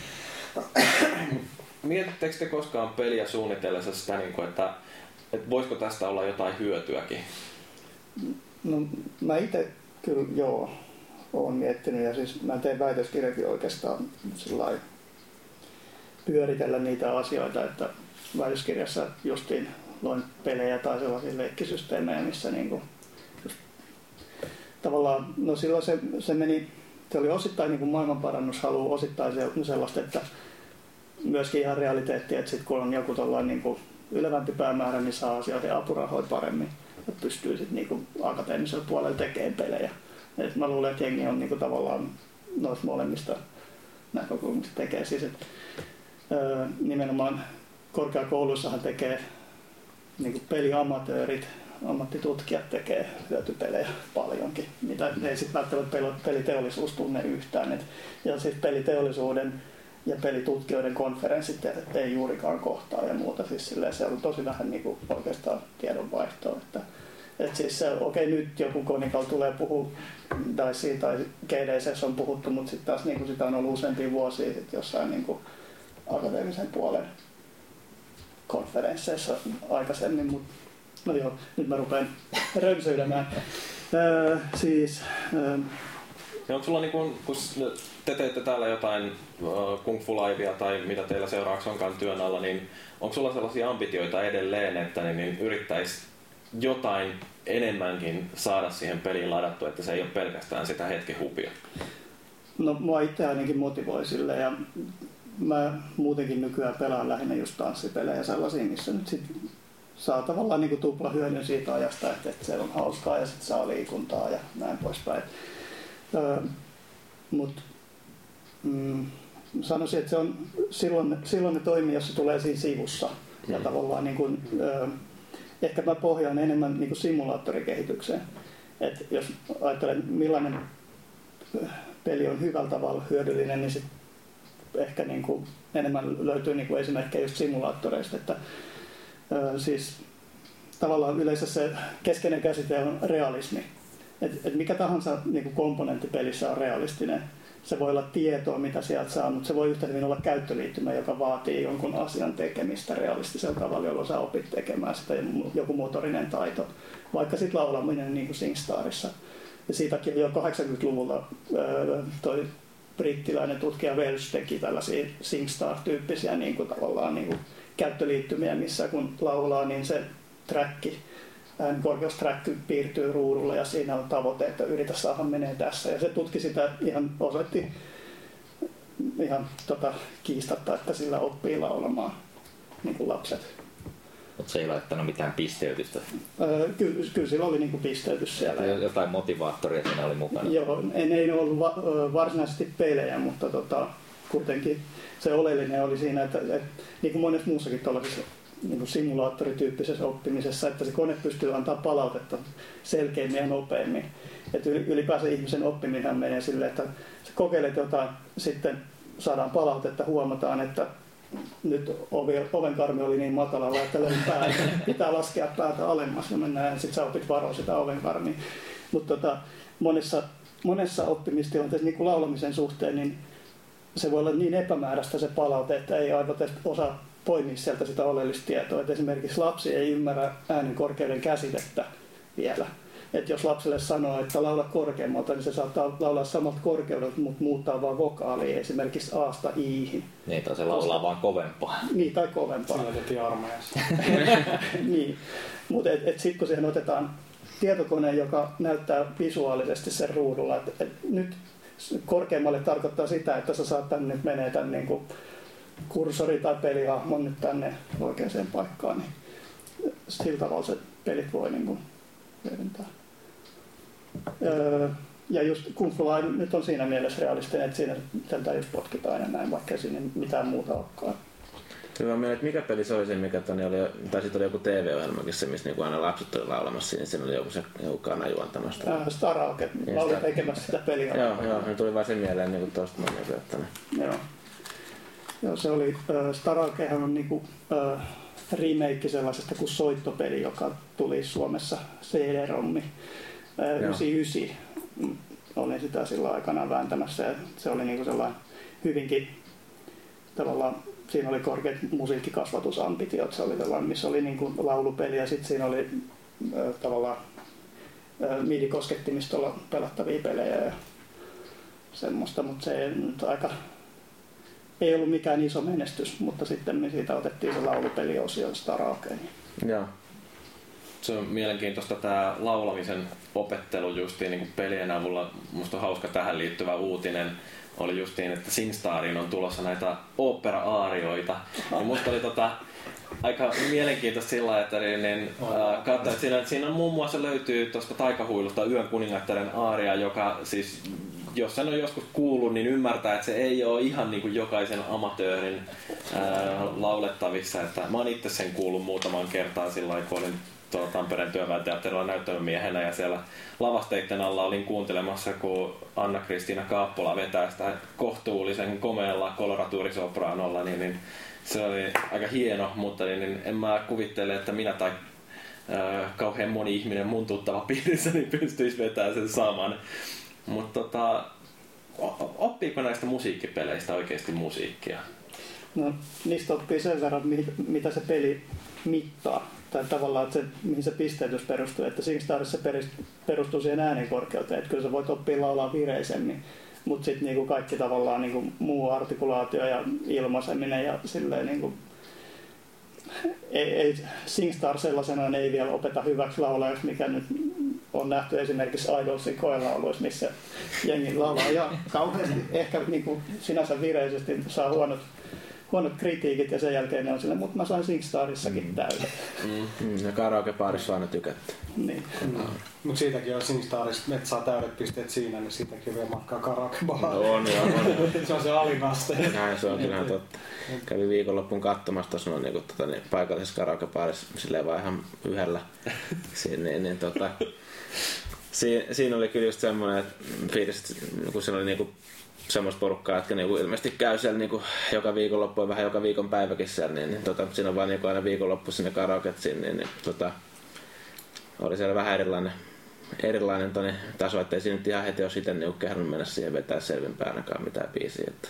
Mietittekö te koskaan peliä suunnitellessa sitä, että voisiko tästä olla jotain hyötyäkin? No mä itse kyllä olen miettinyt ja siis mä tein väitöskirjakin oikeastaan sillai pyöritellä niitä asioita, että väitöskirjassa justiin loin pelejä tai sellaisia leikkisysteemejä, missä niinku just tavallaan, no silloin se oli osittain niinku maailmanparannushalu, osittain sellaista, että myöskin ihan realiteetti, että sit kun on joku tollainen niinku ylevämpi päämäärä, niin saa asioita apurahoja paremmin ja pystyy sit niinku akateemisella puolella tekemään pelejä. Et mä luulen, että jengi on niinku tavallaan noista molemmista näkökulmista tekee siis, että nimenomaan korkeakouluissahan tekee niinku peliamatöörit ammattitutkijat tekee hyötypelejä paljonkin, mitä ei sitten välttämättä peliteollisuus tunne yhtään. Ja sitten peliteollisuuden ja pelitutkijoiden konferenssit ei juurikaan kohtaa ja muuta. Siis silleen, se on tosi vähän niin kuin oikeastaan tiedonvaihtoa. Että siis nyt joku Conical tulee puhua DICE tai GDC:ssä on puhuttu, mutta sitten taas niin sitä on ollut useampia vuosia sit jossain niin kuin akateemisen puolen konferensseissa aikaisemmin, mutta no joo, nyt mä rupean rönsyilemään. Onko sulla, kun te teette täällä jotain Kung Fu Livea tai mitä teillä seuraavaksi onkaan työn alla, niin onko sulla sellaisia ambitioita edelleen, että niin yrittäisi jotain enemmänkin saada siihen peliin ladattua, että se ei ole pelkästään sitä hetkihupia? No mua itse ainakin motivoi sille ja mä muutenkin nykyään pelaan lähinnä just tanssipelejä sellaisia, missä nyt sit saa tavallaan niin kuin tupla hyödyn siitä ajasta, että se on hauskaa ja sitten saa liikuntaa ja näin poispäin. Mutta sanoisin, että se on silloin ne toimii, jos se tulee siinä sivussa. Ja tavallaan niin kuin, ehkä mä pohjaan enemmän niin kuin simulaattorikehitykseen. Et jos ajattelen, millainen peli on hyvällä tavalla hyödyllinen, niin sit ehkä niin kuin enemmän löytyy niin kuin esimerkkejä just simulaattoreista. Että, siis tavallaan yleensä se keskeinen käsite on realismi. Et mikä tahansa niin kuin komponentti pelissä on realistinen. Se voi olla tietoa, mitä sieltä saa, mutta se voi yhtä hyvin olla käyttöliittymä, joka vaatii jonkun asian tekemistä realistisella tavalla, jolloin sä opit tekemään sitä, joku motorinen taito. Vaikka sitten laulaminen niin kuin SingStarissa. Ja siitäkin jo 80-luvulla toi brittiläinen tutkija Welsh teki tällaisia SingStar-tyyppisiä niin kuin tavallaan niin kuin käyttöliittymiä, missä kun laulaa, niin se träkki, äänenkorkeustrack piirtyy ruudulle ja siinä on tavoite, että yritä saada menee tässä. Ja se tutki sitä osoitti ihan kiistatta, että sillä oppii laulamaan niin kuin lapset. Mutta se ei laittanut mitään pisteytystä? Kyllä sillä oli niin kuin pisteytys siellä. Jotain motivaattoria siinä oli mukana? Joo, ei ollut varsinaisesti pelejä, mutta kuitenkin se oleellinen oli siinä, että niin kuin monessa muussakin tuollaisessa niin kuin simulaattorityyppisessä oppimisessa, että se kone pystyy antaa palautetta selkeämmin ja nopeammin. Että ylipäänsä ihmisen oppiminen menee silleen, että sä kokeilet jotain, sitten saadaan palautetta, huomataan, että nyt ovenkarmi oli niin matalalla, että pitää laskea päätä alemmas ja mennään, ja sitten sä opit varoa sitä ovenkarmia. Mutta monessa oppimistilanteessa, niin kuin laulamisen suhteen, niin se voi olla niin epämääräistä se palaute, että ei aivan osaa poimia sieltä sitä oleellista tietoa. Et esimerkiksi lapsi ei ymmärrä äänen korkeuden käsitettä vielä. Et jos lapselle sanoo, että laula korkeammalta, niin se saattaa laulaa samalta korkeudelta, mutta muuttaa vaan vokaalia, esimerkiksi A:sta I:hin. Niin, tai se laulaa vaan kovempaa. Niin, tai kovempaa. Sillä otettiin armeijassa. Niin, mutta sitten kun siihen otetaan tietokone, joka näyttää visuaalisesti sen ruudulla, että nyt korkeammalle tarkoittaa sitä, että sä saat tänne menee tänne niin kuin kursori tai pelihahmon nyt tänne oikeaan paikkaan, niin sillä tavalla se pelit voi niin kuin hyödyntää. Ja just Kung Fu nyt on siinä mielessä realistinen, että siinä tältä just potkitaan ja näin, vaikka ei siinä mitään muuta olekaan. Hyvä mieleen, että mikä peli se oli se, mikä oli, tai sitten oli joku TV-ohjelmakin se, missä niinku aina lapset oli laulamassa, niin siinä oli joku kana juontamasta. Starauke, niin, oli tekemässä sitä peliä. Joo, ne tuli vaan sen mieleen niin tuosta monia. Joo, se oli, Staraukehan on niinku remake sellaisesta kuin soittopeli, joka tuli Suomessa CD-rommi 99. Olin sitä silloin aikanaan vääntämässä ja se oli niinku sellainen hyvinkin tavallaan, siinä oli korkeat musiikkikasvatusambitiot, se oli sellainen, missä oli niinku laulupeli ja sitten siinä oli tavallaan MIDI-koskettimista pelattavia pelejä ja semmoista, mutta se ei ollut mikään iso menestys, mutta sitten siitä otettiin se laulupeliosio Staraukein. Joo. Se on mielenkiintoista tämä laulamisen opettelu justiin niin kuin pelien avulla. Musta on hauska tähän liittyvä uutinen. Oli justiin, että SingStariin on tulossa näitä opera-aarioita. Ja musta oli aika mielenkiintoista sillä, että katsoin, että siinä on muun muassa löytyy tuosta Taikahuilusta Yön kuningattaren aaria, joka siis, jos sen on joskus kuullut, niin ymmärtää, että se ei ole ihan niin kuin jokaisen amatöörin laulettavissa. Että mä oon itse sen kuullut muutaman kertaan sillä lailla, kun olin tuolla Tampereen työväenteatterilla näyttämömiehenä ja siellä lavasteitten alla olin kuuntelemassa, kun Anna-Kristiina Kaappola vetää sitä kohtuullisen komealla koloratuurisopraanolla, niin se oli aika hieno, mutta niin en mä kuvittele, että minä tai kauhean moni ihminen mun tuttava piirissä niin pystyisi vetämään sen saman. Mutta oppiiko näistä musiikkipeleistä oikeasti musiikkia? No, niistä oppii sen verran, mitä se peli mittaa. Tai tavallaan, että se, mihin se pisteytys perustuu. Että SingStarissa se perustuu siihen äänenkorkeuteen. Että kyllä sä voit oppia laulaa vireisemmin. Mutta sitten niinku kaikki tavallaan niinku muu artikulaatio ja ilmaiseminen ja silleen niinku ei SingStar sellaisenaan ei vielä opeta hyväksi laulajaksi, mikä nyt on nähty esimerkiksi Idolsin koelauluissa, missä jengi laulaa ja kauheasti ehkä niinku sinänsä vireisesti saa huonot kritiikit ja sen jälkeen ne on silleen, mutta mä sain SingStarissakin täyden. Ja karaokebaarissa aina tykätty. Niin. Mutta siitäkin on SingStarissa, että saa täydet pisteet siinä, niin siitäkin on vielä matkaa karaokebaariin. No on. Se on se alinaste. Näin se on kyllähän totta. Kävin viikonloppuun katsomassa tuossa niin paikallisessa karaokebaarissa silleen vaan ihan yhdellä. Siinä oli kyllä just semmoinen fiilis, kun siinä oli niinku semmoista porukkaa, jotka niinku ilmeisesti käy siellä niinku joka viikonloppu ja vähän joka viikon päiväkin siellä, niin siinä on vaan niinku aina viikonloppu sinne karaoketsiin, niin oli siellä vähän erilainen taso, ettei siinä nyt ihan heti olisi itse niinku kehdannut mennä siihen vetää selvinpäin ainakaan mitään biisiä. Että.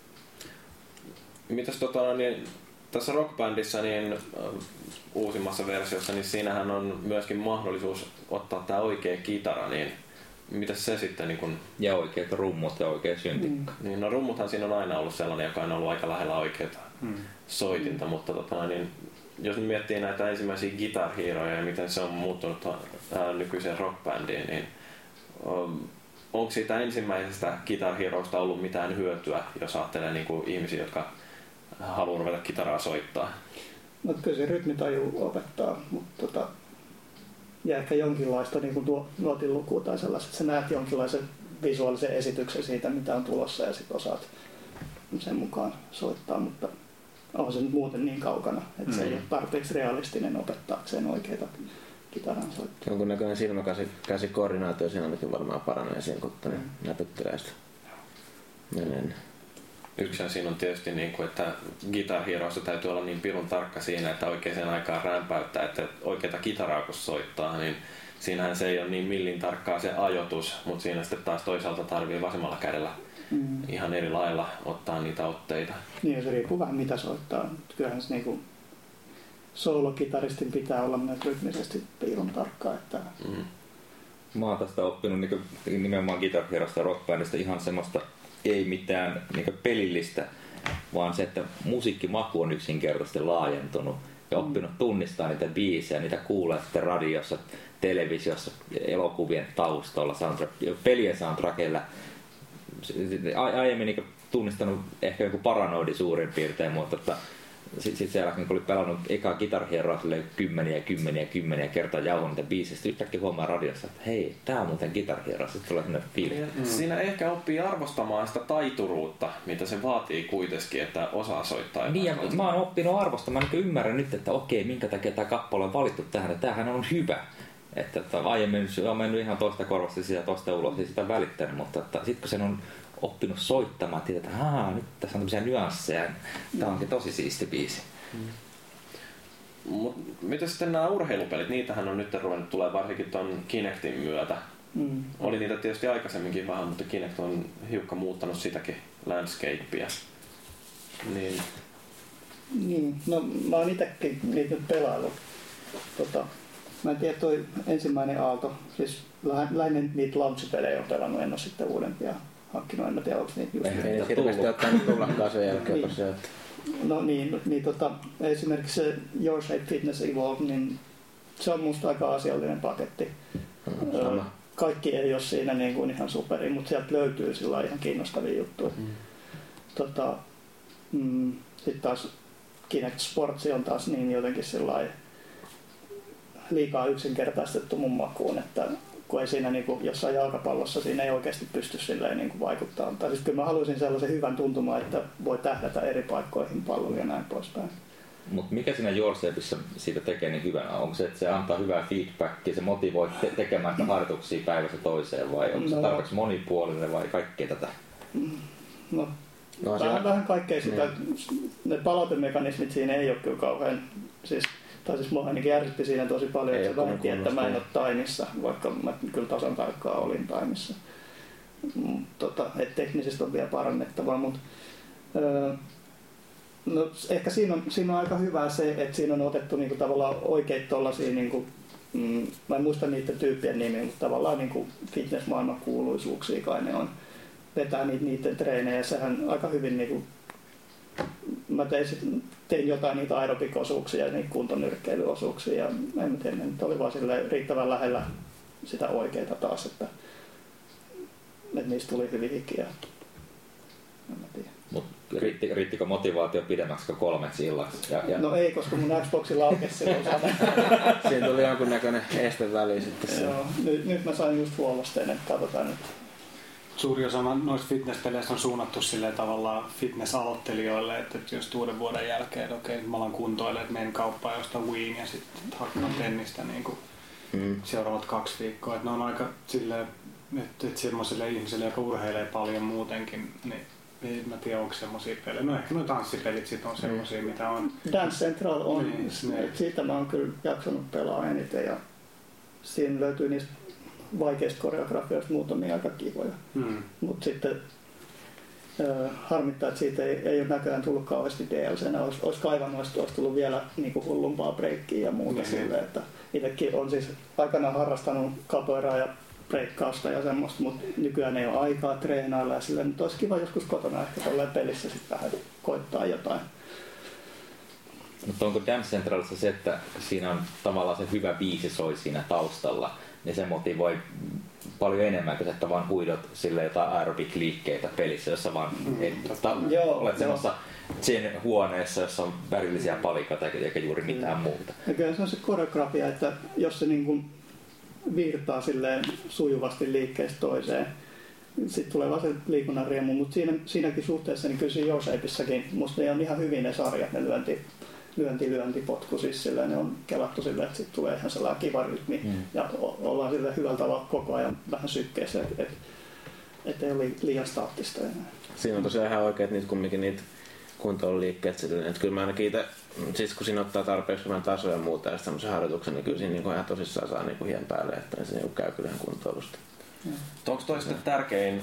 Mitäs niin, tässä rockbändissä niin uusimmassa versiossa, niin siinähän on myöskin mahdollisuus ottaa tää oikea kitara, niin mitäs se sitten niin kun. Ja oikeat rummut ja oikea syntikka. Niin, no rummuthan siinä on aina ollut sellainen, joka on ollut aika lähellä oikeata soitinta, mutta niin, jos miettii näitä ensimmäisiä Guitar Heroja ja miten se on muuttunut nykyiseen rockbändiin, niin onko siitä ensimmäisestä Guitar Heroista ollut mitään hyötyä, jos ajattelee niin kuin ihmisiä, jotka haluaa ruveta kitaraa soittaa? No kyllä se rytmitaju opettaa, mutta ja ehkä jonkinlaista niin kuin nuotinlukua tai sellaista, että sä näet jonkinlaisen visuaalisen esityksen siitä, mitä on tulossa ja sit osaat sen mukaan soittaa, mutta on se nyt muuten niin kaukana, että se ei ole tarpeeksi realistinen opettaakseen oikeita kitaran soittaa. Jonkunnäköinen silmäkäsikoordinaatio siinä ainakin varmaan paranee siinä, kun näpyttelee sitä. Yksihän siinä on tietysti, että Guitar Heroissa täytyy olla niin pirun tarkka siinä, että oikeaan aikaan rämpäyttää, että oikeata kitaraa kun soittaa, niin siinähän se ei ole niin millin tarkkaa se ajoitus, mutta siinä sitten taas toisaalta tarvii vasemmalla kädellä ihan eri lailla ottaa niitä otteita. Niin, se riippuu vähän mitä soittaa. Kyllähän se soolokitaristin pitää olla myös rytmisesti piirun tarkkaa. Että. Mä oon tästä oppinut nimenomaan Guitar Herosta ja rockbändistä ihan semmoista ei mitään pelillistä, vaan se, että musiikkimaku on yksinkertaisesti laajentunut ja oppinut tunnistaa niitä biisejä, niitä kuulee sitten radiossa, televisiossa, elokuvien taustalla, pelien soundtrackilla. Aiemmin tunnistanut ehkä joku paranoidi suurin piirtein, mutta sitten siellä kun oli pelannut ekaa Guitar Heroa kymmeniä kertaa jauhon niitä biisistä, yhtäkkiä huomaa radiossa, että hei, tää on muuten Guitar Hero, sitten tulee sellainen fiilis. Siinä ehkä oppii arvostamaan sitä taituruutta, mitä se vaatii kuitenkin, että osaa soittaa. Niin, ja mä oon oppinut arvostamaan, niin ymmärrän nyt, että okei, minkä takia tää kappale on valittu tähän, että tämähän on hyvä. Että aiemmin se on mennyt ihan toista korvasta sitä toista ulos, ei sitä välittänyt, mutta sitten kun sen on oppinut soittamaan, että nyt tässä on tämmöisiä nyansseja, tää onkin tosi siisti biisi. Mitä sitten nämä urheilupelit, niitähän on nyt ruvennut tulee varsinkin ton Kinectin myötä. Oli niitä tietysti aikaisemminkin vähän, mutta Kinect on hiukan muuttanut sitäkin landscapea. Niin, no mä oon itekin niitä nyt pelaillut. Mä en tiedä, toi ensimmäinen aalto, siis lähinnä niitä launch-pelejä on pelannut, en ole sitten uudempia hankkinut, en mä tiedä, onko niitä just ei hirveästi ottanut tullakaan sen jälkeen tosiaan. No niin, esimerkiksi se Your Shape Fitness Evolve, niin se on musta aika asiallinen paketti. Kaikki ei ole siinä niin kuin ihan superi, mutta sieltä löytyy sillä ihan kiinnostavia juttuja. Sitten taas Kinect Sports on taas niin jotenkin sillai liikaa yksinkertaistettu mun makuun, että kun ei siinä niinku jossain jalkapallossa siinä ei oikeasti pysty silleen niinku vaikuttamaan. Tai siis kyllä mä haluaisin sellaisen hyvän tuntumaan, että voi tähdätä eri paikkoihin pallolla ja näin poispäin. Mutta mikä siinä YourShapeissa siitä tekee niin hyvänä? Onko se, että se antaa hyvää feedbackia, se motivoi tekemään harjoituksia päivästä toiseen vai onko se tarpeeksi monipuolinen vai kaikkea tätä? No vähän kaikkea sitä. Ne palautemekanismit siinä ei ole kyllä kauhean... Siis mua ainakin järsytti siinä tosi paljon, että se väitti, että mä en ole taimissa, vaikka mä kyllä tasan tarkkaan olin taimissa. Et teknisesti on vielä parannettavaa, mutta no, ehkä siinä on aika hyvä se, että siinä on otettu niinku tavallaan oikeita tollasia, niinku, mä en muista niiden tyyppien nimiä, mutta tavallaan niinku fitnessmaailman kuuluisuuksia kai ne on. Vetää niiden treenejä, sehän aika hyvin niinku, mä tein jotain niitä aerobikosuuksia ja niitä kuntonyrkkeilyosuuksia ja en mä tiedä, ne oli vaan riittävän lähellä sitä oikeita taas, että niistä tuli hyvin hikiä. Mutta riittikö motivaatio pidemmäksi kuin 3 illaksi? No ei, koska mun Xboxilla laukesi silloin sana. Siinä tuli jonkunnäköinen este väliin sitten. Joo, nyt mä sain just huolosteen, että katsotaan nyt. Suuri osa noista fitnesspeleistä on suunnattu silleen tavallaan fitness-aloittelijoille, että jos uuden vuoden jälkeen, okei, mä alan kuntoille, että menen kauppaan jostain Wiiin ja sitten hakkaan tennistä niin kuin seuraavat 2 viikkoa. Että ne on aika silleen, että semmoiselle ihmiselle, joka urheilee paljon muutenkin, niin en mä tiedä, onko semmosia pelejä. No ehkä nuo tanssipelit sit on semmosia, mitä on. Dance Central on, niin, siitä mä oon kyllä jaksanut pelaa eniten ja siinä löytyy niistä vaikeista koreografioista muutamia aika kivoja. Mutta sitten harmittaa, että siitä ei ole näköjään tullut kauheasti DLC:nä. Olisi kaivannut, että olisi tullut vielä niinku hullumpaa breikkiä ja muuta silleen, että itsekin on siis aikanaan harrastanut capoeiraa ja breikkausta ja semmoista, mutta nykyään ei ole aikaa treenailla ja silleen, nyt olisi kiva joskus kotona ehkä tolleen pelissä sitten vähän koittaa jotain. Mutta onko Dance Centralissa se, että siinä on tavallaan se hyvä biisi soi siinä taustalla, niin se motivoi paljon enemmän kuin että vaan huidot sille jotain aerobic-liikkeitä pelissä, jossa vaan olet semmoisessa sen huoneessa, jossa on värillisiä palikoita eikä juuri mitään muuta. Ja kyllä se on se koreografia, että jos se niin kuin virtaa silleen sujuvasti liikkeestä toiseen, sitten tulee vaan se liikunnan riemu, mutta siinäkin suhteessa niin kyllä siinä YourShapeissakin musta ne on ihan hyvin ne sarjat, ne lyöntipotku, siis silleen, ne on kelattu silleen, että sitten tulee ihan sellainen kiva rytmi ja ollaan silleen hyvällä tavalla koko ajan vähän sykkeessä, ettei ole liian staattista enää. Siinä on tosiaan ihan oikeet kumminkin niitä kuntoiluliikkeet silleen, että kyllä mä ainakin itse, siis kun siinä ottaa tarpeeksi vähän tasoja ja muuta ja semmoisen harjoituksen, niin kyllä siinä niin ihan tosissaan saa niin hien päälle, että se niin käy kyllä ihan kuntoilusta. Onko toi sitten tärkein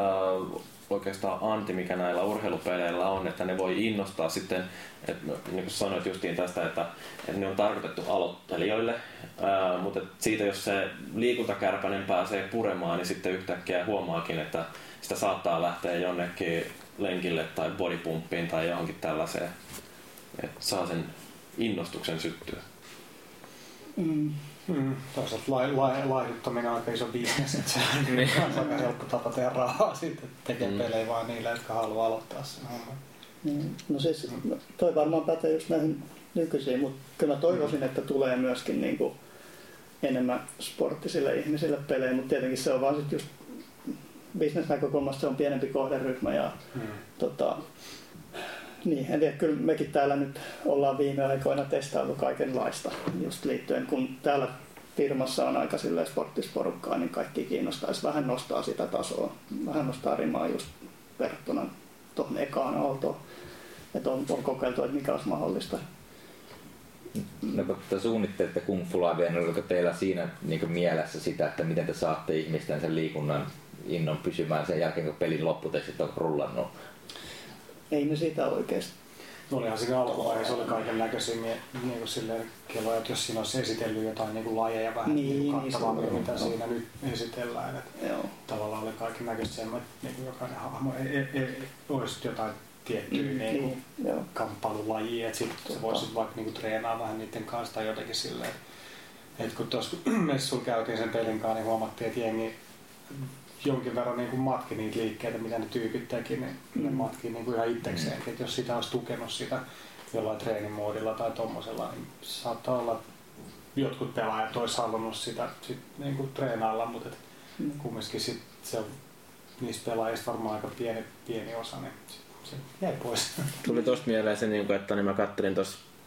oikeastaan anti, mikä näillä urheilupeleillä on, että ne voi innostaa sitten, että niin kuin sanoit justiin tästä, että ne on tarkoitettu aloittelijoille, mutta siitä jos se liikuntakärpänen pääsee puremaan, niin sitten yhtäkkiä huomaakin, että sitä saattaa lähteä jonnekin lenkille tai bodypumppiin tai johonkin tällaiseen, että saa sen innostuksen syttyä. Toisaalta laihduttaminen on aika iso bisnes, että se on aika helppo tapa tehdä rahaa sitten, tekee pelejä vaan niille, jotka haluaa aloittaa sen homman. No siis toi varmaan pätee just näihin nykyisiin, mutta kyllä mä toivoisin, että tulee myöskin niinku enemmän sporttisille ihmisille pelejä, mutta tietenkin se on vaan sit just bisnesnäkökulmasta se on pienempi kohderyhmä ja niin, en tiedä, kyllä mekin täällä nyt ollaan viime aikoina testailtu kaikenlaista just liittyen, kun täällä firmassa on aika silleen sporttisporukkaa, niin kaikki kiinnostaisi vähän nostaa sitä tasoa, vähän nostaa rimaa just verrattuna tuohon ekaan aaltoon, että on kokeiltu, että mikä olisi mahdollista. No kun te suunnittelette Kung Fu Livea, niin oliko teillä siinä niin mielessä sitä, että miten te saatte ihmisten sen liikunnan innon pysymään sen jälkeen, kun pelin lopputekstit on rullannut? Ei me sitä oikeasti. Olihan siinä alkuvaiheessa oli kaiken näköisiä niin keloja, että jos siinä olisi esitellyt jotain niin lajeja vähän kattavammin, mitä siinä nyt esitellään. Tavallaan oli kaiken näköistä semmoinen, että jokainen hahmo ei olisi jotain tiettyä kamppailulajia, että sitten se voisi vaikka niin treenaa vähän niiden kanssa tai jotenkin silleen. Että kun tuossa messulla käytiin sen pelin kanssa, niin huomattiin, että jengi jonkin verran niin kuin matki niitä liikkeitä, mitä ne tyypit teki, niin ne matkii niin kuin ihan itsekseen. Että jos sitä olisi tukenut sitä jollain treenimoodilla tai tommosella, niin saattaa olla, että jotkut pelaajat olisi halunnut sitä sit niin kuin treenailla, mutta kumminkin sit se on niistä pelaajista varmaan aika pieni osa, niin se jäi pois. Tuli tosta mieleen se, että mä kattelin tuossa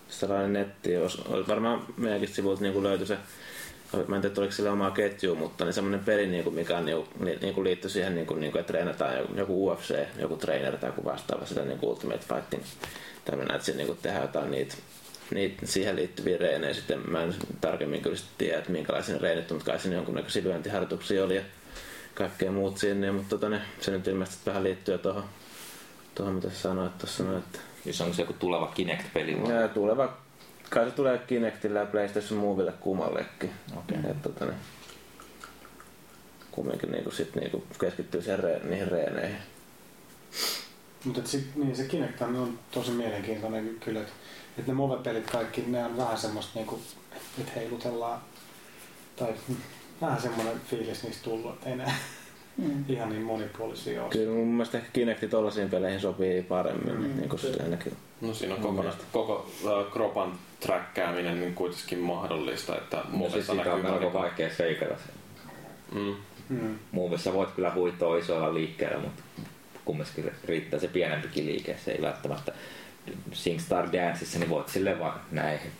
sellainen netti, varmaan meidänkin sivulta niin löytyi se, mä en tiedä oliko sille omaa ketjua, mutta niin semmoinen peli, mikä on, niin liittyy siihen, että treenataan joku UFC, joku trainer tai joku vastaava, sitä niin Ultimate Fighting. Tämmöinen, että siinä tehdään jotain niitä siihen liittyviä reenejä. Sitten mä en tarkemmin kyllä tiedä, että minkälaisia reenit, mutta kai siinä jonkunnäköisiä lyöntiharjoituksia oli ja kaikkea muut siinä. Mutta se nyt ilmeisesti vähän liittyy tuohon mitä sanoit tuossa. Jos onko se joku tuleva Kinect-peli? Kai se tulee Kinectille ja PlayStation Movelle kummallekin. Okay. Kumminkin keskittyy niihin reeneihin. Mutta niin se Kinect on tosi mielenkiintoinen kyllä, että ne Move-pelit kaikki, ne on vähän semmoista että heilutellaan, tai vähän semmoinen fiilis niistä tullut, että ei ne ihan niin monipuolisia ole. Kyllä mun mielestä ehkä Kinecti tollaisiin peleihin sopii paremmin. Niin kuin ainakin. No siinä on koko kropan träkkääminen niin kuitenkin mahdollista, että Movessa näkyy melko vaikea seikata sen. Movessa voit kyllä huitoa isoilla liikkeellä, mutta kumminkin riittää se pienempikin liike. Se ei välttämättä SingStar Danceissa, niin voit silleen vaan näihin.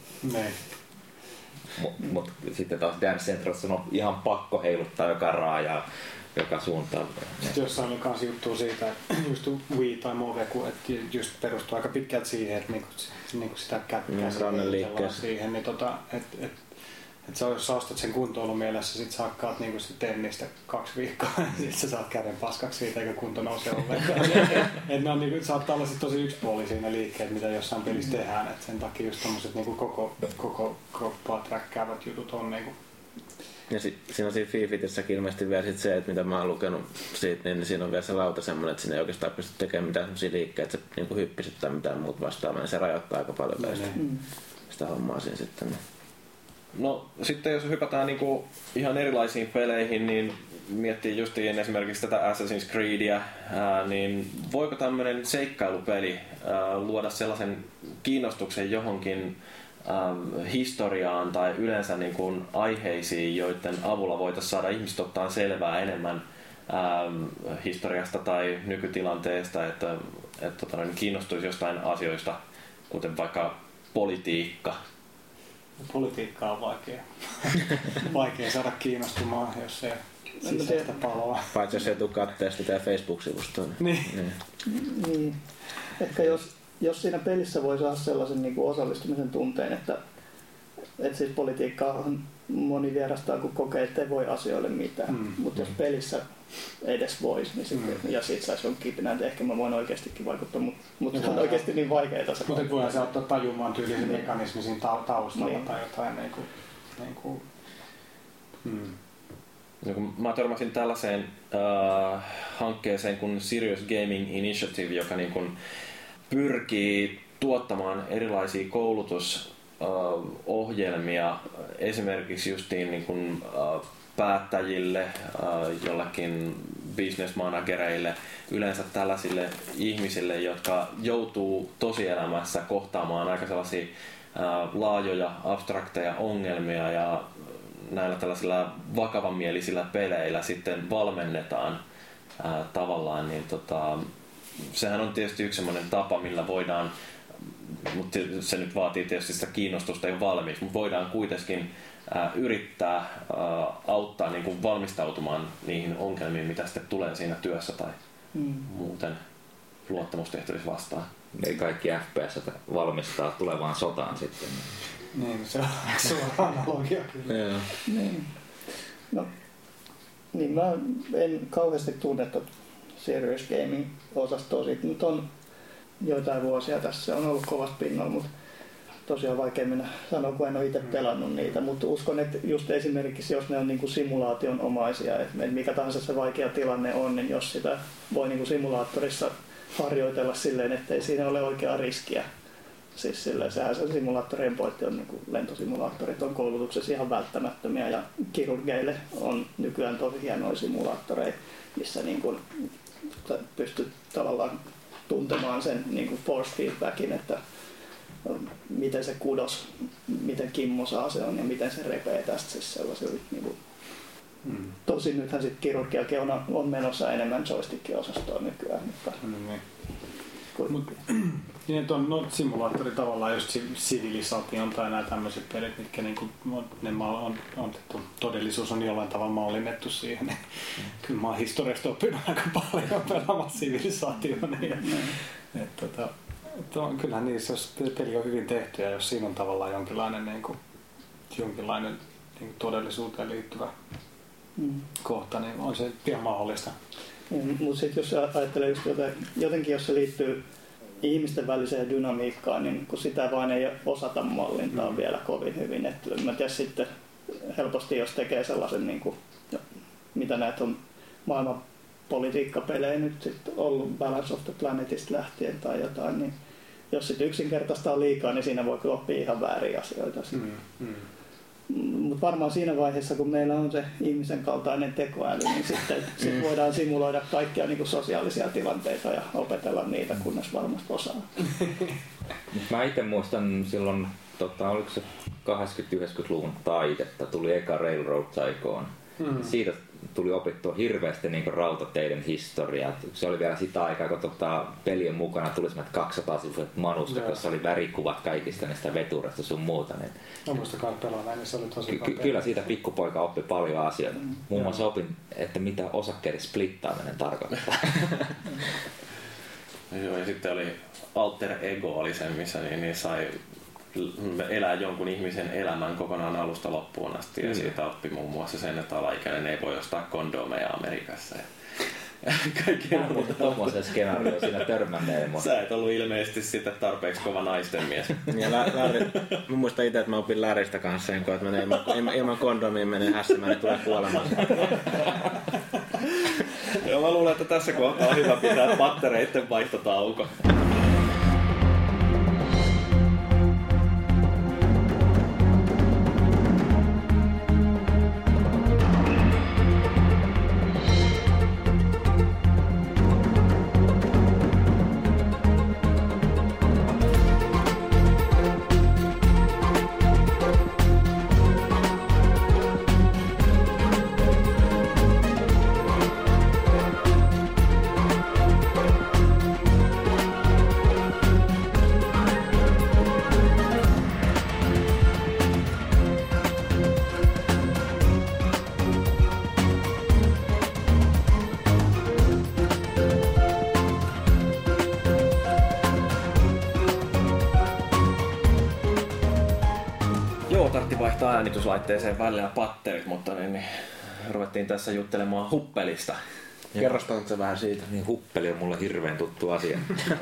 Mutta sitten taas Dance Centralissa on ihan pakko heiluttaa joka raajaa, joka suuntaan. Sitten jossain on kans juttua siitä, että just Wii tai Move, että just perustuu aika pitkälti siihen, että niinku sitä kätkää siihen, niin että jos sä ostat sen kuntoilun mielessä, sit sä hakkaat niinku sitä tennistä 2 viikkoa, ja sit sä saat käden paskaksi siitä, eikä kunto nousee ollenkaan. Et ne on niinku, saattaa olla sit tosi yksipuolisia ne liikkeet, mitä jossain pelissä tehdään, et sen takia just tommoset niinku koko kroppaa träkkäävät jutut on niinku. Ja siinä on siinä Fifitissäkin ilmeisesti vielä sit se, että mitä mä oon lukenut siitä, niin siinä on vielä se lauta semmonen, että siinä ei oikeastaan pysty tekemään mitään semmosia liikkeitä, että se niinku hyppiset tai mitään muut vastaavaa, niin se rajoittaa aika paljon sitä hommaa siinä sitten. No sitten jos hypätään niinku ihan erilaisiin peleihin, niin miettii justiin esimerkiksi tätä Assassin's Creedia, niin voiko tämmönen seikkailupeli luoda sellaisen kiinnostuksen johonkin historiaan tai yleensä niin kuin aiheisiin, joiden avulla voitaisiin saada ihmiset ottaa selvää enemmän historiasta tai nykytilanteesta, että kiinnostuisi jostain asioista, kuten vaikka politiikka. Politiikka on vaikea saada kiinnostumaan, jos se sisäistä paloa. Paitsi jos ei tule katteesta teidän Facebook-sivustoon. Niin. Ehkä jos siinä pelissä voi saada sellaisen niin kuin osallistumisen tunteen, että siis politiikkaahan moni vierastaa, kun kokee, että ei voi asioille mitään. Mutta jos pelissä edes voisi, niin sitten, ja siitä saisi jonkin kipinä, että ehkä mä voin oikeastikin vaikuttaa, mutta se on oikeasti niin vaikeaa se. Mutta voidaan se ottaa tajumaan tyylisen mekanismi siinä taustalla tai jotain Mä törmäsin tällaiseen hankkeeseen kuin Serious Gaming Initiative, joka niin kuin pyrkii tuottamaan erilaisia koulutusohjelmia esimerkiksi justiin niin kuin päättäjille, jollakin business-managereille, yleensä tällaisille ihmisille, jotka joutuu tosielämässä kohtaamaan aika sellaisia laajoja, abstrakteja ongelmia ja näillä tällaisilla vakavanmielisillä peleillä sitten valmennetaan tavallaan, niin sehän on tietysti yksi sellainen tapa, millä voidaan, mutta se nyt vaatii tietysti sitä kiinnostusta jo valmiiksi, mutta voidaan kuitenkin yrittää auttaa niin kuin valmistautumaan niihin ongelmiin, mitä sitten tulee siinä työssä tai muuten luottamustehtävissä vastaan. Ei kaikki FPS valmistaa tulevaan sotaan sitten. Niin, se on suora analogia kyllä. Niin. No, niin mä en kauheasti tunne Serious Gaming-osastoa siitä. Nyt on joitain vuosia tässä, on ollut kovasti pinnalla, mutta tosiaan vaikea mennä sanoa, kun en ole itse pelannut niitä, mutta uskon, että just esimerkiksi jos ne on niinku simulaation omaisia, että mikä tahansa se vaikea tilanne on, niin jos sitä voi niinku simulaattorissa harjoitella silleen, ettei siinä ole oikeaa riskiä. Siis silleen, sehän se simulaattorien pointti on, niinku lentosimulaattorit on koulutuksessa ihan välttämättömiä ja kirurgeille on nykyään tosi hienoja simulaattoreita, missä niinku pystyt tavallaan tuntemaan sen niinku force feedbackin, että miten se kudos, miten kimmosaa se on ja miten se repee tästä siis sellaisella niinku. Tosin nythän sitten kirurgiakin on menossa enemmän joystick-osastoa nykyään. Mutta Niin, on simulaattori tavallaan just Civilization tai nämä tämmöiset pelit, mitkä niinku, todellisuus on jollain tavalla mallinnettu siihen. Kyllä mä oon historiasta oppinut aika paljon pelaamaan Civilizationia. Kyllähän niissä, jos peli on hyvin tehty ja jos siinä on tavallaan jonkinlainen todellisuuteen liittyvä kohta, niin on se ihan mahdollista. Mutta sitten jos ajattelee just jotenkin, jos se liittyy ihmisten väliseen dynamiikkaan, niin kun sitä vain ei osata mallintaa vielä kovin hyvin. Et mä tiedän sitten helposti, jos tekee sellaisen, niin kuin, mitä näitä on maailman politiikkapelejä nyt sitten ollut Balance of the Planetista lähtien tai jotain, niin jos sitten yksinkertaistaa liikaa, niin siinä voi oppia ihan vääriä asioita. Mutta varmaan siinä vaiheessa, kun meillä on se ihmisen kaltainen tekoäly, niin sitten voidaan simuloida kaikkia niin kuin sosiaalisia tilanteita ja opetella niitä, kunnes varmasti osaa. Mä itse muistan silloin, oliko se 80-90-luvun taitetta, tuli eka Railroad Tycoon. Siitä tuli opittua hirveästi niin rautateiden historiaa. Se oli vielä sitä aikaa, kun pelien mukana tuli 200-sivuiset manuskat, jossa oli värikuvat kaikista niistä vetureista sun muuta. Niin mä muistakaan pelaa näin, niin se oli tosi kyllä siitä pikkupoika oppi paljon asioita. Muun muassa opin, että mitä osakkeiden splittaaminen tarkoittaa. Joo, ja sitten oli Alter Ego oli se, missä niin sai elää jonkun ihmisen elämän kokonaan alusta loppuun asti. Ja siitä oppi muun muassa sen, että alaikäinen ei voi ostaa kondomeja Amerikassa. Ja kaikkea muuta. Tuommoisen skenaario siinä törmänneen. Sä et ollut ilmeisesti sitten tarpeeksi kova naisten mies. Ja mä muistan itse, että mä opin Läristä kanssa sen, kun menee ilman kondomia menee hässämään, niin tulee kuolemaan. Joo, mä luulen, että tässä kohtaa on hyvä pitää pattereiden vaihtotauko. Vaihtaa äänityslaitteeseen välillä patterit, mutta niin ruvettiin tässä juttelemaan huppelista. Kerrostaan se vähän siitä. Niin, huppeli on mulle hirveän tuttu asia.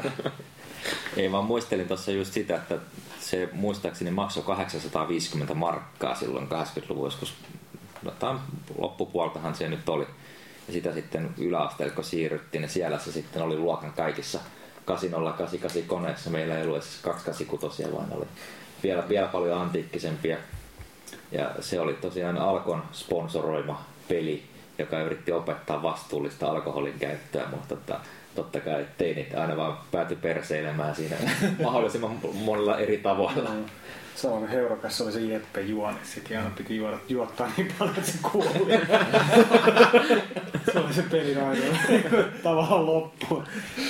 Ei vaan muistelin tuossa just sitä, että se muistaakseni maksoi 850 markkaa silloin 80-luvun joskus. Loppupuoltahan se nyt oli. Ja sitä sitten yläasteelle kun siirryttiin, niin siellä se sitten oli luokan kaikissa 8088 koneissa. Meillä ei ollut edes 286, vaan oli vielä paljon antiikkisempia. Ja se oli tosiaan Alkon sponsoroima peli, joka yritti opettaa vastuullista alkoholin käyttöä, mutta totta kai teinit aina vaan päätyi perseilemään siinä mahdollisimman monilla eri tavoilla. Sellainen heurokas oli se Jeppe Juonis, ja aina piti juottaa niin paljon, että se kuoli. Se oli se pelin aina tavallaan loppu.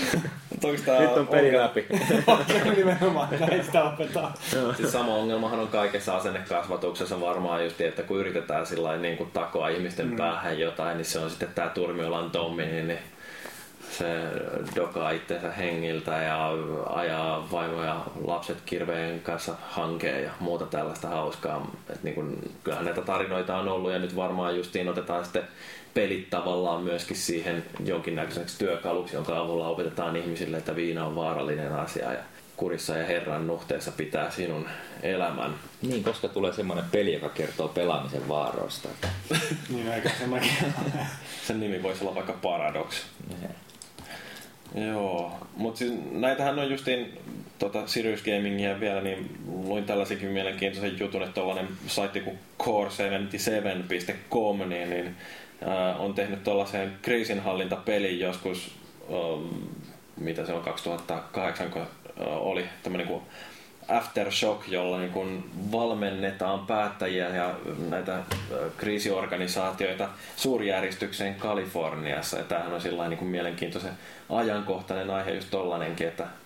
Nyt on peli läpi. Nimenomaan näin sitä opetaan. Siis sama ongelmahan on kaikessa asennekasvatuksessa varmaan just, että kun yritetään sillain niin kuin takoa ihmisten päähän jotain, niin se on sitten tää Turmiolan Tommi, niin se dokaa itsensä hengiltä ja ajaa vaimo ja lapset kirveen kanssa hankeen ja muuta tällaista hauskaa. Et niin kun, kyllähän näitä tarinoita on ollut ja nyt varmaan justiin otetaan sitten pelit tavallaan myöskin siihen jonkinnäköiseksi työkaluksi, jonka avulla opetetaan ihmisille, että viina on vaarallinen asia ja kurissa ja herran nuhteessa pitää sinun elämän. Niin, koska tulee semmoinen peli, joka kertoo pelaamisen vaaroista. Niin, aika semmoinen. Sen nimi voisi olla vaikka Paradox. Joo, mutta siis näitähän on justiin Sirius Gamingia vielä, niin luin tällaisenkin mielenkiintoisen jutun, että tollainen saitti kuin core77.com niin on tehnyt tollaisen kriisinhallintapelin joskus, mitä se on 2008, kun oli tämmöinen kuin Aftershock, jolla niin kun valmennetaan päättäjiä ja näitä kriisiorganisaatioita suurjärjestykseen Kaliforniassa. Ja tämähän on sillain niin kuin mielenkiintoisen ajankohtainen aihe just tollanenkin, että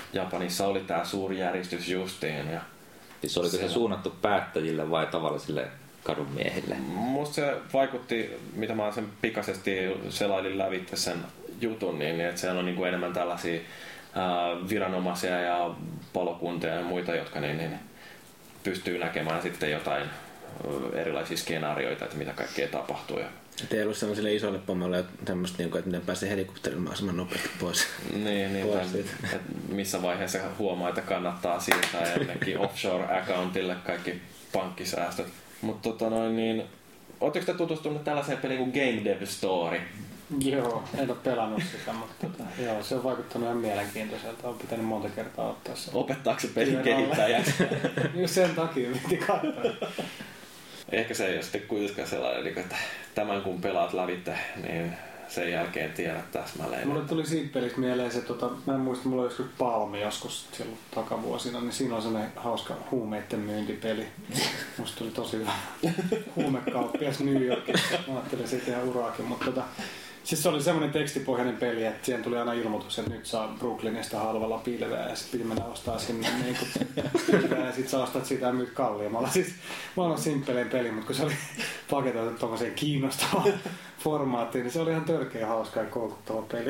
Japanissa oli tää suuri järjestys justiin. Ja siis oliko se suunnattu päättäjille vai tavallisille kadunmiehille? Musta se vaikutti, mitä mä sen pikaisesti selailin lävitse sen jutun, niin että siellä on niin kuin enemmän tällaisia viranomaisia ja palokuntia ja muita, jotka niin pystyy näkemään sitten jotain erilaisia skenaarioita, että mitä kaikkea tapahtuu. Ei ollut sellaisille isoille pommoille tämmöistä, että miten pääsee helikopterilla mahdollisimman nopeasti pois. Niin missä vaiheessa huomaa, että kannattaa siirtää jonnekin offshore-accountille kaikki pankkisäästöt. Mutta ootteko te tutustunut tällaiseen peliin kuin Game Dev Story? Joo, en ole pelannut sitä, mutta joo, se on vaikuttanut ihan mielenkiintoiselta. On pitänyt monta kertaa ottaa se. Opettaako se pelin kehittäjäksi? Just sen takia piti katsoa. Ehkä se ei ole sitten kuitenkaan sellainen, että tämän kun pelaat lävitte, niin sen jälkeen tiedät täsmälleen. Mulle tuli siitä pelistä mieleen se, mä en muista, mulla oli joskus Palmi joskus silloin takavuosina, niin siinä on sellainen hauska huumeiden myyntipeli. Musta tuli tosi hyvä huumekauppias New Yorkissa. Mä ajattelin siitä ihan uraakin, mutta siis se oli semmoinen tekstipohjainen peli, että siihen tuli aina ilmoitus, että nyt saa Brooklynista halvalla pilveä ja sitten piti mennä ostaa sinne pilveä ja sitten sä ostat sitä ja myyt kalliimmalla. Siis maailman simppelein peli, mutta kun se oli paketoitu tommoseen kiinnostavaan formaattiin, niin se oli ihan törkeä hauska ja koukuttava peli.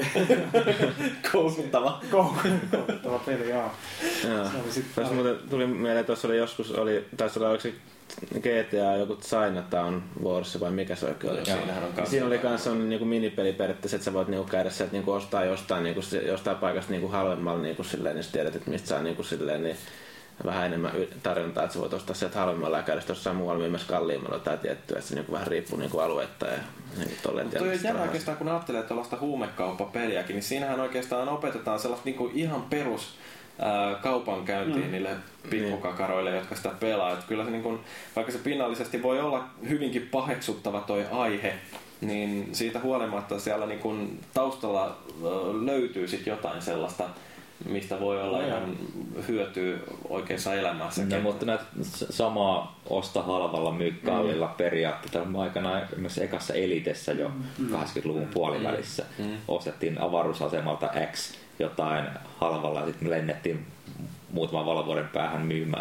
Koukuttava peli, joo. Tuossa muuten tuli mieleen, että tuossa oli joskus, taisi olla oliko GTA joku Chinatown Wars vai mikä se oikein oli. Siinä oli kans on niinku minipeli periaatteessa, että sä voit niinku käydä sieltä niinku ostaa jostain paikasta niinku halvemmalla niinku silleen, niin sä tiedät, että mistä saa niinku silleen niin vähän enemmän tarjontaa, että sä voit ostaa sieltä halvemmalla ja käydä jossain muualla myymässä kalliimmalla tai tiettyä, että se niinku vähän riippuu niinku aluetta ja niinku tolleen. Toi on jännä oikeastaan, kun ajattelee tuollaista huumekauppapeliäkin, niin siinähän oikeastaan opetetaan sellaista niinku ihan perus kaupankäyntiin niille pikkukakaroille, jotka sitä pelaa. Että kyllä se niin kun, vaikka se pinnallisesti voi olla hyvinkin paheksuttava toi aihe, niin siitä huolimatta siellä niin kun taustalla löytyy sit jotain sellaista, mistä voi olla ihan hyötyä oikeassa elämässä. No, mutta näitä samaa osta halvalla myykkaalilla periaatteessa aikanaan myös ekassa Elitessä jo 80-luvun puolivälissä ostettiin avaruusasemalta X jotain halvalla ja sitten lennettiin muutaman valovuoden päähän myymään.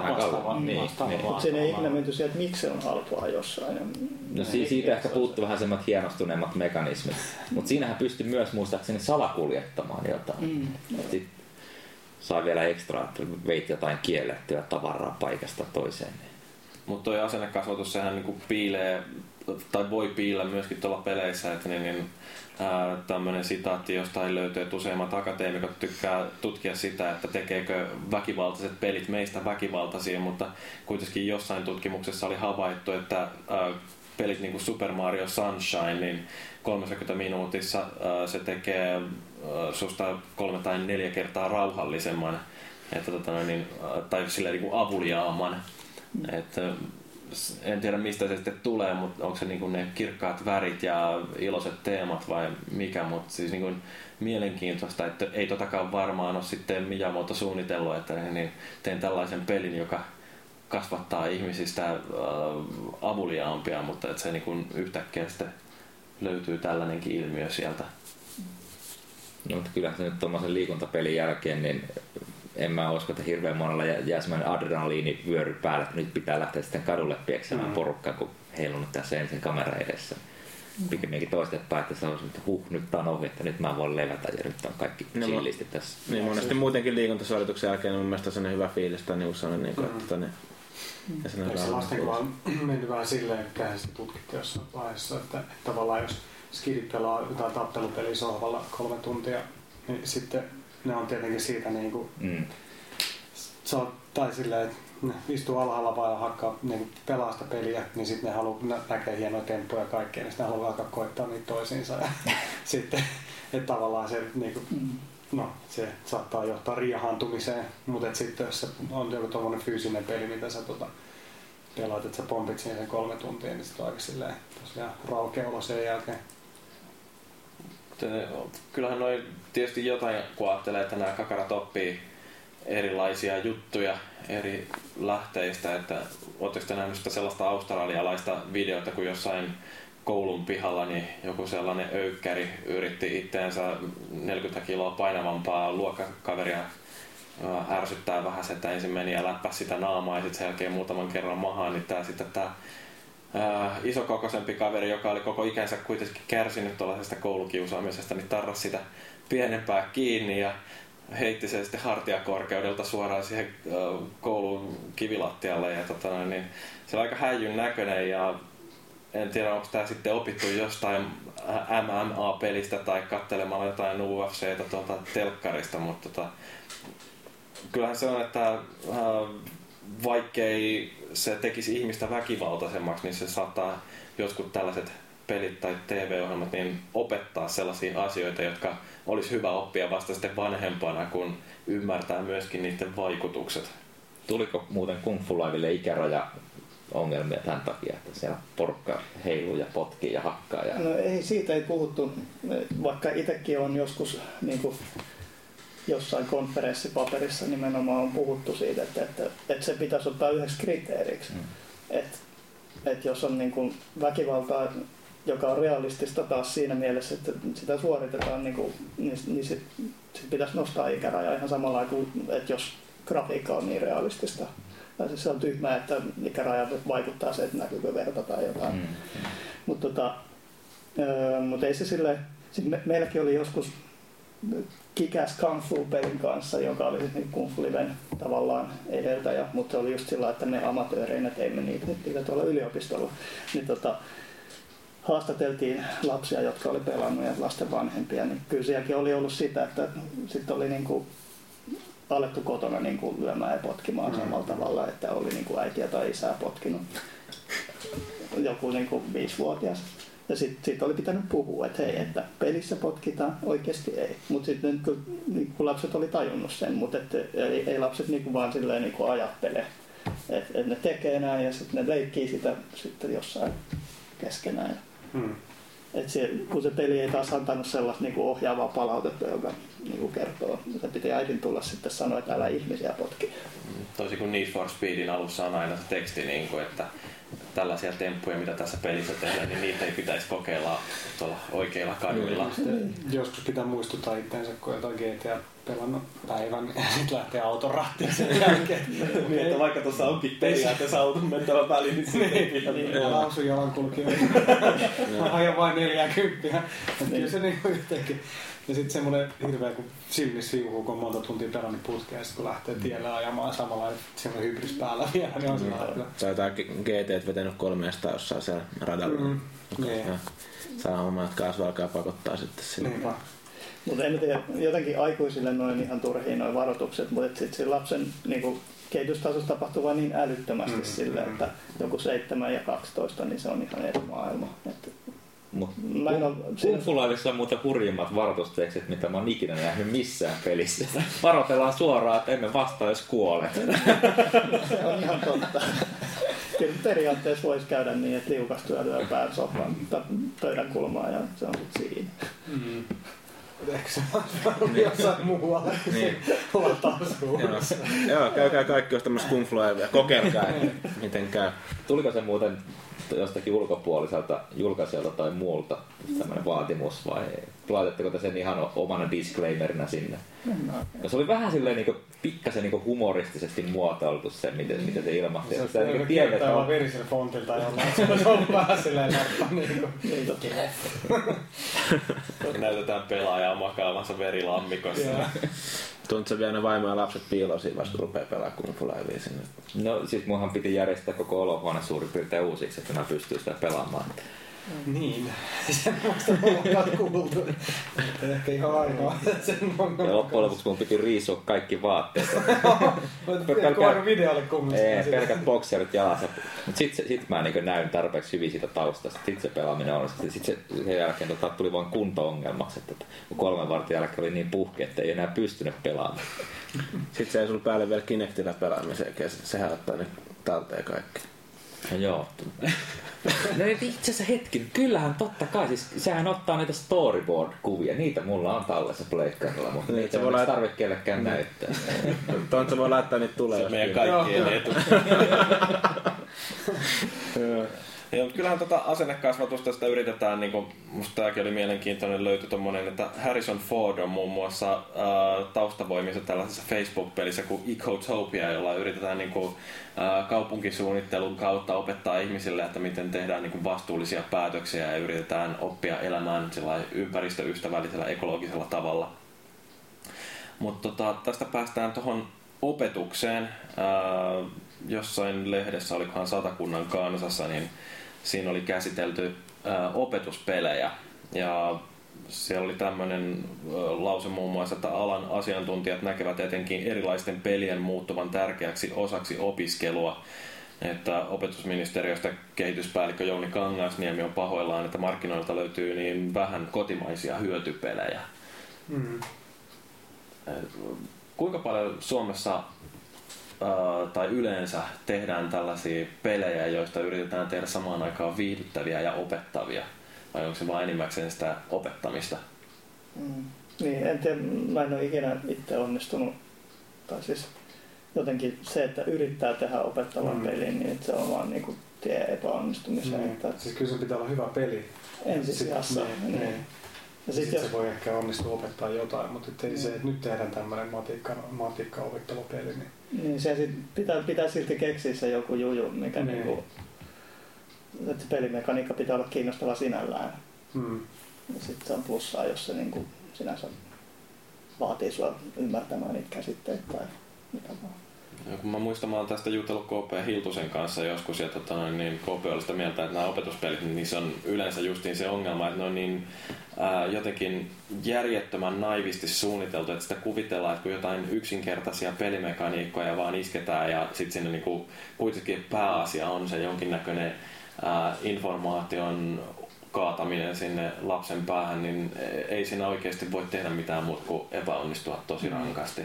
Mutta siinä ei ikinä menty siihen, että miksi se on halpaa jossain. No siitä ehkä puuttuu vähän semmoiset hienostuneemmat mekanismit. Mutta siinähän pystyi myös muistaakseni salakuljettamaan jotain. Sitten sai vielä ekstra, että veit jotain kiellettyä tavaraa paikasta toiseen. Mutta toi asennekasvatus, sehän niinku piilee, tai voi piillä myöskin tuolla peleissä, että tämmöinen sitaatti jostain löytyy, että useimmat akateemikot tykkää tutkia sitä, että tekeekö väkivaltaiset pelit meistä väkivaltaisia, mutta kuitenkin jossain tutkimuksessa oli havaittu, että pelit niin kuin Super Mario Sunshine, niin 30 minuutissa se tekee susta 3 tai 4 kertaa rauhallisemman, että, tai silleen niin kuin avuliaamman. Että en tiedä mistä se sitten tulee, mutta onko se niinku ne kirkkaat värit ja iloiset teemat vai mikä, mutta siis niinku mielenkiintoista, että ei totakaan varmaan ole sitten Miyamoto suunnitellut, että niin teen tällaisen pelin, joka kasvattaa ihmisistä avuliaampia, mutta että se niinku yhtäkkiä sitten löytyy tällainenkin ilmiö sieltä. No, mutta kyllähän se nyt tuommoisen liikuntapelin jälkeen, niin en mä usko, että hirveän monella jää semmoinen adrenaliinivyöry päälle, että nyt pitää lähteä sitten kadulle pieksemään porukkaa, kun heilunut tässä ensin kamera edessä. Pikemminkin toistepäin, että se on että nyt tää on ohi, että nyt mä voin levätä ja nyt on kaikki chillisti tässä. Niin monesti muutenkin liikuntasuorituksen jälkeen on mun mielestä sellainen hyvä fiilis, tai niin sellainen, että se lastenkuva on mennyt vähän silleen, että se tutkittiin jossain vaiheessa, että tavallaan jos skidit pelaa jotain tappelupeliä sohvalla 3 tuntia, niin sitten ne on tietenkin siitä niinku tai silleen, että ne istuu alhaalla vaan ja hakkaa niinku pelaa sitä peliä, niin sitten ne haluaa näkee hienoja temppuja ja kaikkea, niin sitten ne haluaa alkaa koittaa niitä toisiinsa ja sitten, että tavallaan se niinku, no se saattaa johtaa riehaantumiseen, mutta sitten jos se on joku tommonen fyysinen peli, mitä sä pelaat, että sä pompit siihen sen 3 tuntia, niin sitten on aika silleen tosiaan raukea olo sen jälkeen. Kyllähän noi tietysti jotain, kun ajattelee, että nämä kakarat oppii erilaisia juttuja eri lähteistä, että ootteko te nähnyt sellaista australialaista videota, kun jossain koulun pihalla niin joku sellainen öykkäri yritti itteensä 40 kiloa painavampaa luokkakaveria ärsyttää vähän se, että ensin meni ja läppäsi sitä naamaa ja sitten sen jälkeen muutaman kerran mahaan, niin tämä isokokoisempi kaveri, joka oli koko ikänsä kuitenkin kärsinyt tuollaisesta koulukiusaamisesta, niin tarrasi sitä pienempää kiinni ja heitti sen sitten hartiakorkeudelta suoraan siihen koulun kivilattialle. Ja niin se on aika häijyn näköinen ja en tiedä, onko tämä sitten opittu jostain MMA-pelistä tai katselemalla jotain UFC:tä tuolta telkkarista, mutta kyllähän se on, että vaikkei se tekisi ihmistä väkivaltaisemmaksi, niin se saattaa joskus tällaiset pelit tai TV-ohjelmat niin opettaa sellaisia asioita, jotka olisi hyvä oppia vasta sitten vanhempana, kun ymmärtää myöskin niiden vaikutukset. Tuliko muuten Kung Fu Livelle ikäraja ongelmia tämän takia, että siellä porukka heiluu ja potkii ja hakkaa? Ja... No ei, siitä ei puhuttu, vaikka itsekin on joskus niin kuin jossain konferenssipaperissa nimenomaan on puhuttu siitä, että se pitäisi ottaa yhdeksi kriteeriksi. Että jos on niin kuin väkivaltaa, joka on realistista taas siinä mielessä, että sitä suoritetaan, niin sit pitäisi nostaa ikäraja ihan samalla kuin, että jos grafiikka on niin realistista. Tai se on tyhmää, että ikäraja vaikuttaa se, että näkyykö verta tai jotain. Mutta ei se silleen... Meilläkin oli joskus Kick-Ass Kung Fu-pelin kanssa, joka oli niin Kung Fu Liven tavallaan edeltäjä, mutta se oli just sillä, että me amatööreinä teimme niitä tuolla yliopistolla. Niin haastateltiin lapsia, jotka oli pelannut ja lasten vanhempia, niin kyllä sielläkin oli ollut sitä, että sitten oli niinku alettu kotona niinku lyömään ja potkimaan samalla tavalla, että oli niinku äitiä tai isää potkinut joku niinku 5-vuotias. Ja sitten oli pitänyt puhua, että hei, että pelissä potkitaan, oikeasti ei. Mutta sitten niin lapset oli tajunnut sen, mutta ei lapset niin vaan silleen niin ajattele. Että ne tekee näin ja sitten ne leikkii sitä sitten jossain keskenään. Kun se peli ei taas antanut sellaista niin ohjaavaa palautetta, joka niin kertoo, että piti äidin tulla sitten sanoa, että älä ihmisiä potki. Toisin kuin Need for Speedin alussa on aina se teksti, niin kuin, että tällaisia temppuja, mitä tässä pelissä tehdään, niin niitä ei pitäisi kokeilla tuolla oikeilla kaduilla. Joskus pitää muistuttaa itseensä, kun jotain GTA pelannut päivän ja sitten lähtee auton rattiin sen jälkeen. Niin, että vaikka tuossa onkin periaatteessa auton mentävä väli, niin sitten ei pitää. Lausun jalankulkijoita. Mä ajan vain 40. Kyllä se niin jotenkin. Ja sitten semmoinen hirveä, kun silmissä viuhuu, kun on monta tuntia pelannut putkea, ja sitten kun lähtee tielle ajamaan samalla, että semmoinen hybris päällä vielä, niin on sillä lailla. Sä jotain GT:t vetänyt 300 jossain siellä radalla. Saa hommaa, että kaas alkaa pakottaa sitten sille. Mutta en tiedä, jotenkin aikuisille noin ihan turhiin noin varoitukset, mutta sitten se lapsen niin kehitystasossa tapahtuu vain niin älyttömästi sille, että joku 7 ja 12, niin se on ihan eri maailma. Kung Fu Livessa on muuten hurjimmat varoitustekstit, mitä mä oon ikinä nähnyt missään pelissä. Varoitellaan suoraan, että emme vastaa, jos kuolet. Se on ihan totta. Kyllä periaatteessa voisi käydä niin, että liukastuja lyö pään sohvan pöydän kulmaan ja se on sitten siinä. Ehkä se on jossain muualla, niin lataa suunnassa. Joo, käykää kaikki, jos tämmöistä Kung Fu Livea. Kokeilkaa, miten käy. Tuliko se muuten jostakin ulkopuoliselta julkaisijalta tai muulta tämmöinen vaatimus vai laitatteko te sen ihan omana disclaimerina sinne? No, se oli vähän silleen niinku pikkasen niinku humoristisesti muotoiltu se, miten se ilmahti. Se olisi kirjoittaa vaan verisellä fontilta jollain. Se olisi ollut vähän silleen nappa niinku. Näytetään pelaajaa makaamassa verilammikossa. Tuntuu se vielä ne vaimo ja lapset piilosiin vasta rupeaa pelaamaan Kung Fu Livea sinne. No sit munhan piti järjestää koko olohuone suurin piirtein uusiksi, että mä pystyin sitä pelaamaan. Niin, semmoista ollaan kuultu. Ehkä ihan ainoa. Ja loppujen lopuksi mun piti riisua kaikki vaatteet. Tiedätkö aina videolle kummista? Ei, pelkät bokserit jalassa. Mut sit mä niin näyn tarpeeksi hyvin siitä taustasta. Sit se pelaaminen on. Sit sen jälkeen tuli vaan kunto-ongelmaksi. Että 3 vartin jälkeen oli niin puhki, että ei enää pystynyt pelaamaan. Sitten se ei sulla päälle vielä Kinectillä pelaamiseen. Sehän ottaa ne talteen kaikki. No joo. No itse asiassa hetki, kyllähän totta kai, siis sehän ottaa näitä storyboard-kuvia, niitä mulla on tallessa pleikkarilla, mutta niitä ei tarvitse kellekään näyttää. Tontsa voi laittaa niitä tulee. Se meidän kaikkien etu. Joo, mutta kyllähän asennekasvatusta sitä yritetään, niin musta tämäkin oli mielenkiintoinen, löytyi tommonen, että Harrison Ford on muun muassa taustavoimissa tällaisessa Facebook-pelissä kuin Ecotopia, jolla yritetään kaupunkisuunnittelun kautta opettaa ihmisille, että miten tehdään vastuullisia päätöksiä ja yritetään oppia elämään ympäristöystävällisellä, ekologisella tavalla. Mutta tästä päästään tuohon opetukseen. Jossain lehdessä, olikohan Satakunnan Kansassa, niin siinä oli käsitelty opetuspelejä. Ja siellä oli tämmöinen lause muun muassa, että alan asiantuntijat näkevät etenkin erilaisten pelien muuttuvan tärkeäksi osaksi opiskelua. Että opetusministeriöstä kehityspäällikkö Jouni Kangasniemi on pahoillaan, että markkinoilta löytyy niin vähän kotimaisia hyötypelejä. Kuinka paljon Suomessa tai yleensä tehdään tällaisia pelejä, joista yritetään tehdä samaan aikaan viihdyttäviä ja opettavia? Vai onko se vain enimmäkseen sitä opettamista? Niin, en tiedä, mä en ole ikinä itse onnistunut. Tai siis jotenkin se, että yrittää tehdä opettavan pelin, niin se on vaan niinku tie epäonnistumiseen. Että siis kyllä se pitää olla hyvä peli. Ensisijassa. Niin. Ja sitten se voi ehkä onnistua opettaa jotain, mutta ei se, että nyt tehdään tämmöinen matikka-opettelupeli. Niin se sit pitää silti keksiä se joku juju, mikä että pelimekaniikka pitää olla kiinnostava sinällään. Ja sitten se on plussaa, jos se sinänsä vaatii sua ymmärtämään niitä käsitteitä tai mitä vaan. Kun mä muistan, mä oon tästä jutellut KP Hiltusen kanssa joskus, ja niin KP oli sitä mieltä, että nämä opetuspelit, niin se on yleensä justiin se ongelma, että ne on niin jotenkin järjettömän naivisti suunniteltu, että sitä kuvitellaan, että kun jotain yksinkertaisia pelimekaniikkoja vaan isketään, ja sitten siinä kuitenkin pääasia on se jonkinnäköinen informaation kaataminen sinne lapsen päähän, niin ei siinä oikeasti voi tehdä mitään muuta kuin epäonnistua tosi rankasti.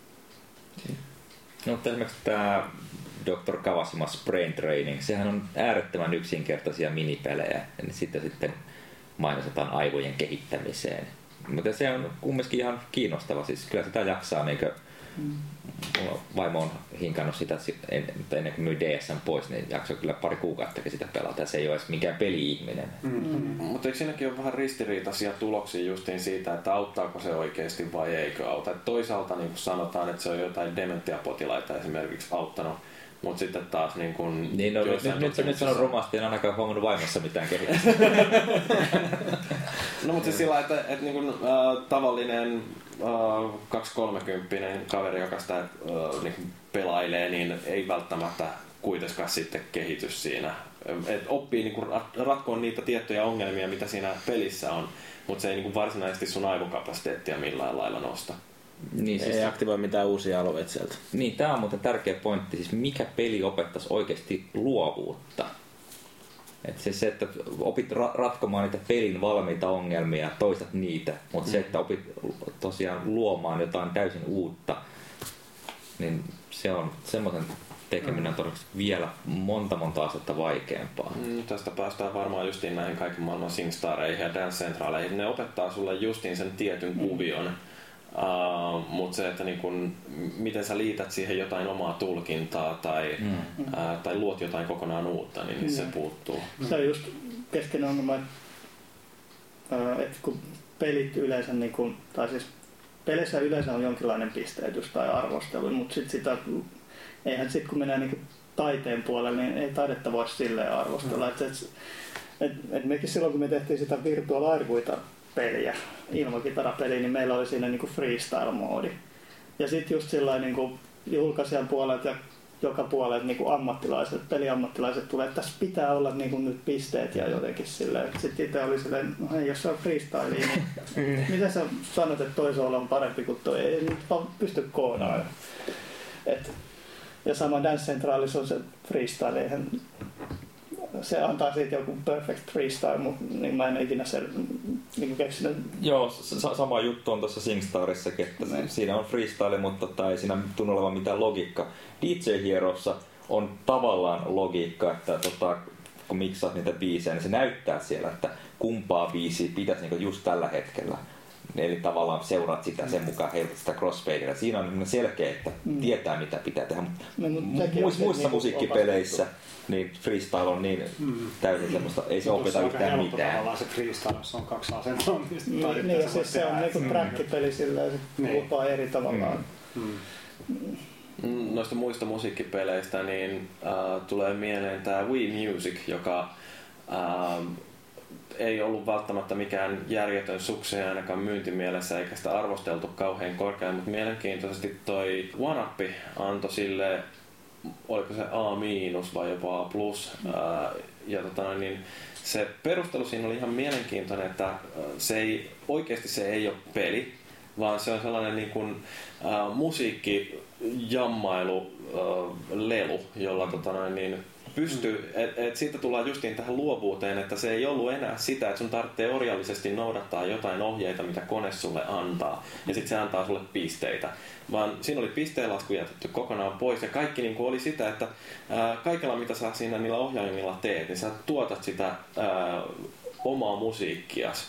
No, esimerkiksi tämä Dr. Kawashima's Brain Training, sehän on äärettömän yksinkertaisia minipelejä, ja sitten mainostetaan aivojen kehittämiseen. Mutta se on kumminkin ihan kiinnostava, siis kyllä sitä jaksaa, mulla vaimo on hinkannut sitä, ennen kuin myi DS:n pois, niin jaksoi kyllä pari kuukauttakin sitä pelata, ja se ei ole edes mikään peli-ihminen. Mutta eikö siinäkin ole vähän ristiriitaisia tuloksia justiin siitä, että auttaako se oikeasti vai eikö auta? Et toisaalta niin sanotaan, että se on jotain dementiapotilaita esimerkiksi auttanut, mutta sitten taas nyt sanon rumasti, en ainakaan huomannut vaimossa mitään kehitystä. No mutta siis sillä, että tavallinen 2-30 kaveri, joka sitä pelailee, niin ei välttämättä kuitenkaan sitten kehitys siinä. Et oppii ratkoa niitä tiettyjä ongelmia, mitä siinä pelissä on, mutta se ei varsinaisesti sun aivokapasiteettia millään lailla nosta. Niin, siis ei aktivoi mitään uusia alueita sieltä. Niin, tämä on muuten tärkeä pointti. Siis mikä peli opettaisi oikeasti luovuutta? Et siis se, että opit ratkomaan niitä pelin valmiita ongelmia, toistat niitä, mutta se, että opit tosiaan luomaan jotain täysin uutta, niin se on semmoisen tekeminen on todennäköisesti vielä monta astetta vaikeampaa. Tästä päästään varmaan justiin näihin kaiken maailman SingStareihin ja Dance Centraleihin. Ne opettaa sulle justiin sen tietyn kuvion. Mutta se, että miten sä liität siihen jotain omaa tulkintaa tai luot jotain kokonaan uutta, niin se puuttuu. Se on just keskeinen ongelma, että kun pelit yleensä, tai siis peleissä yleensä on jonkinlainen pisteytys tai arvostelu, mutta eihän sitten kun mennään taiteen puolelle, niin ei taidetta voi silleen arvostella. Et mekin silloin, kun me tehtiin sitä Virtual Airguita peliä, ilmakitarapeliä, niin meillä oli siinä freestyle-moodi. Ja sitten just sillain julkaisijan puolet ja joka puolet peliammattilaiset tulee, että tässä pitää olla nyt pisteet ja jotenkin silleen. Sitten itse oli silleen, no hei, jos se on freestyle, niin mitä sä sanot, että toi soolo on parempi kuin toi? Ei nyt vaan pysty koodaamaan. Ja sama Dance Centralissa on se freestyle, eihän se antaa siitä joku perfect freestyle, mutta niin mä en ikinä keksinyt. Joo, sama juttu on tuossa SingStarissakin, että siinä on freestyle, mutta ei siinä tunnu olevan mitään logiikkaa. DJ Herossa on tavallaan logiikka, että kun miksaat niitä biisejä, niin se näyttää siellä, että kumpaa biisiä pitäisi just tällä hetkellä Eli tavallaan seuraat sitä sen mukaan heiltä sitä crossfadea. Siinä on selkeä, että tietää mitä pitää tehdä. Muissa musiikkipeleissä niin freestyle on niin täysin semmoista, ei se opeta yhtään mitään. Tavallaan se freestyle, se on 2 asentoa. Niin, ja siis se on niinku track-peli silleen, se lupaa eri tavallaan. Noista muista musiikkipeleistä niin tulee mieleen tämä Wii Music, joka ei ollut välttämättä mikään järjetön sukseen ainakaan myyntimielessä eikä sitä arvosteltu kauhean korkealle, mutta mielenkiintoisesti toi OneUp antoi sille, oliko se A- vai jopa A+, ja niin se perustelu siinä oli ihan mielenkiintoinen, että oikeasti se ei ole peli, vaan se on sellainen niin kuin, musiikkijammailu lelu, jolla pystyy, että siitä tullaan justiin tähän luovuuteen, että se ei ollut enää sitä, että sun tarvitsee orjallisesti noudattaa jotain ohjeita, mitä kone sulle antaa, ja sitten se antaa sulle pisteitä. Vaan siinä oli pisteenlasku jätetty kokonaan pois, ja kaikki niin kuin oli sitä, että kaikella mitä sä siinä niillä ohjaimilla teet, niin sä tuotat sitä omaa musiikkias.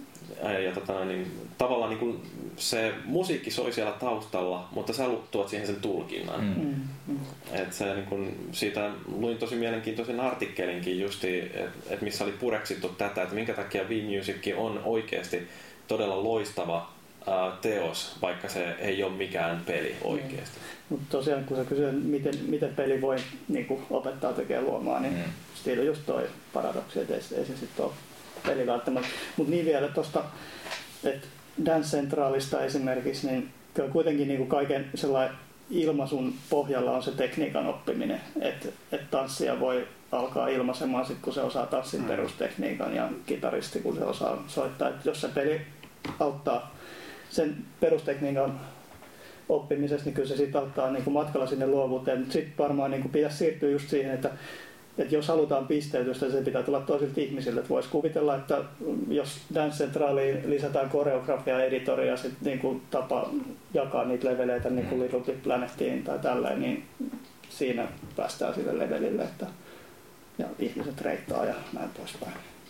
Ja niin, tavallaan niin kuin se musiikki soi siellä taustalla, mutta sä tuot siihen sen tulkinnan. Et se, niin kuin, siitä luin tosi mielenkiintoisen artikkelinkin justi, että missä oli pureksittu tätä, että minkä takia Wii Music on oikeasti todella loistava teos, vaikka se ei ole mikään peli oikeasti. Mutta tosiaan kun sä kysyt, miten peli voi niin opettaa tekemään luomaan, niin siinä on just toi paradoksi, että ei se sitten ole peli välttämättä. Mutta niin vielä tuosta, että Dance Centralista esimerkiksi, niin kyllä kuitenkin niin kuin kaiken sellainen ilmaisun pohjalla on se tekniikan oppiminen. Että tanssia voi alkaa ilmaisemaan sit, kun se osaa tanssin perustekniikan ja kitaristi, kun se osaa soittaa. Et jos se peli auttaa sen perustekniikan oppimisessa, niin kyllä se sitten auttaa niin kuin matkalla sinne luovuuteen. Mutta sitten varmaan niin kuin pitäisi siirtyä just siihen, että jos halutaan pisteytystä, se pitää tulla toisilta ihmisiltä. Että voisi kuvitella, että jos Dance Centraliin lisätään koreografia ja editoria ja sitten niin tapa jakaa niitä leveleitä niin kuin Little Big Planetiin tai tälleen, niin siinä päästään sille levelille, että ja ihmiset reittaa ja näin poispäin.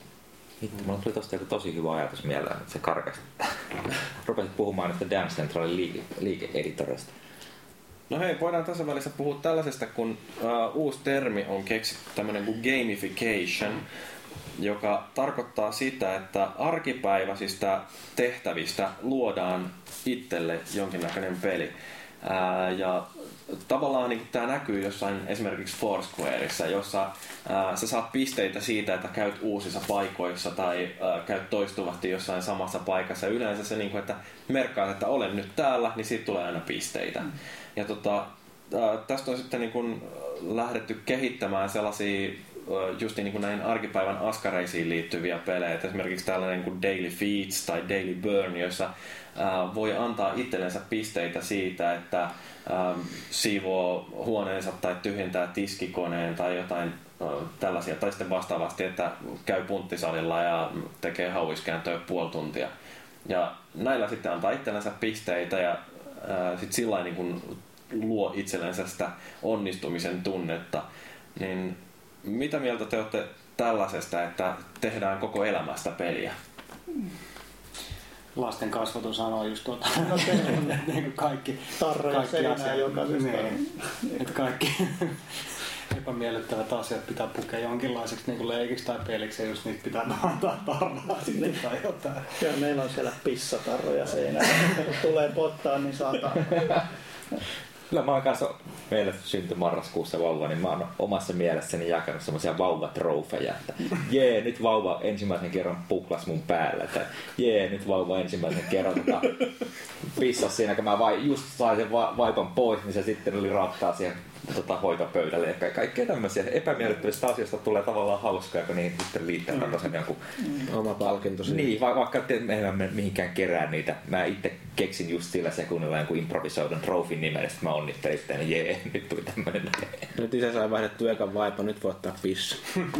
Mulla tuli tosta joku tosi hyvä ajatus mieleen, että se karkasi. Rupesit puhumaan näistä Dance Centralin liike-editorista. No hei, voidaan tässä välissä puhua tällaisesta, kun uusi termi on keksitty, tämmöinen kuin gamification, joka tarkoittaa sitä, että arkipäiväisistä tehtävistä luodaan itselle jonkinnäköinen peli. Ja tavallaan niin tämä näkyy jossain esimerkiksi Foursquareissa, jossa sä saat pisteitä siitä, että käyt uusissa paikoissa tai käyt toistuvasti jossain samassa paikassa. Yleensä se, niin kuin, että merkkaat, että olen nyt täällä, niin siitä tulee aina pisteitä. Ja tästä on sitten niin kuin lähdetty kehittämään sellaisia just niin kuin näihin arkipäivän askareisiin liittyviä pelejä. Esimerkiksi tällainen kuin Daily Feats tai Daily Burn, jossa voi antaa itsellensä pisteitä siitä, että siivoo huoneensa tai tyhjentää tiskikoneen tai jotain tällaisia. Tai sitten vastaavasti, että käy punttisalilla ja tekee hauiskääntöä puoli tuntia. Ja näillä sitten antaa itsellensä pisteitä ja sitten sillä niin kuin luo itsellensä sitä onnistumisen tunnetta. Niin mitä mieltä te olette tällaisesta, että tehdään koko elämästä peliä? Lasten kasvatus sanoo just tuota, kaikki tarroja seinää jokaisesta. Että kaikki epämiellyttävät asiat pitää pukea jonkinlaiseksi niin kuin leikiksi tai peliksi, ja just niitä pitää antaa tarraa sitten tai jotain. Ja meillä on siellä pissatarroja seinää. Kun tulee pottaan, niin saattaa. Kyllä mä oon kanssa, meillä syntyi marraskuussa vauva, niin mä oon omassa mielessäni jakanut semmosia vauvatrofeja, että nyt vauva ensimmäisen kerran puklas mun päällä, että nyt vauva ensimmäisen kerran pissas siinä, kun mä just sain sen vaipan pois, niin se sitten oli raattaa siihen hoitopöydälle ja kaikkea tämmöisiä epämiellyttävistä asioista tulee tavallaan hauskaa, kun niihin sitten liittää sen jonkun oma palkinto. Niin, vaikka me mihinkään kerää niitä. Mä itse keksin just sillä sekunnilla jonkun improvisoidun trofin nimen, ja sitten mä onnittelin itseäni, jee, nyt tuli tämmönen. Nyt isä sai vaihdettua ekan vaipa, nyt voi ottaa pissu.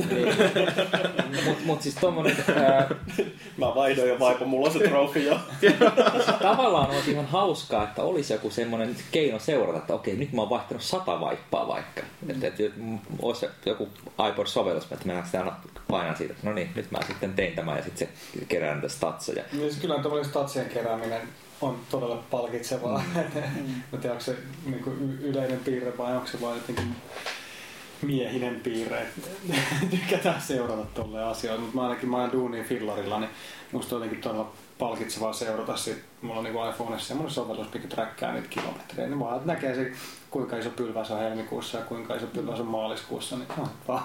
Mut siis tommonen... Mä vaihdoin jo vaipa, mulla on se trofi jo. Tavallaan olisi ihan hauskaa, että olisi joku semmoinen keino seurata, että okei, nyt mä oon vaihtanut 100 vaippaa vaikka. Että olisi joku iPod-sovellus, että mennäänkö sitä aina painan siitä, että no niin, nyt mä sitten tein tämän ja sitten se kerään niitä statsoja. Niin, kyllä tuollainen statsien kerääminen on todella palkitsevaa. Mä tiedän, onko se niin yleinen piirre vai onko se vaan jotenkin miehinen piirre. Tykätään seurata tolleen asioita, mutta mä ajan duuniin fillarilla, niin musta on jotenkin todella palkitsevaa seurata. Mulla on niin iPhoneissa semmoinen sovellus, mikä trackkaa niitä kilometrejä. Niin vaan näkee se, kuinka iso pylväs on helmikuussa ja kuinka iso pylväs on maaliskuussa. Niin vaan.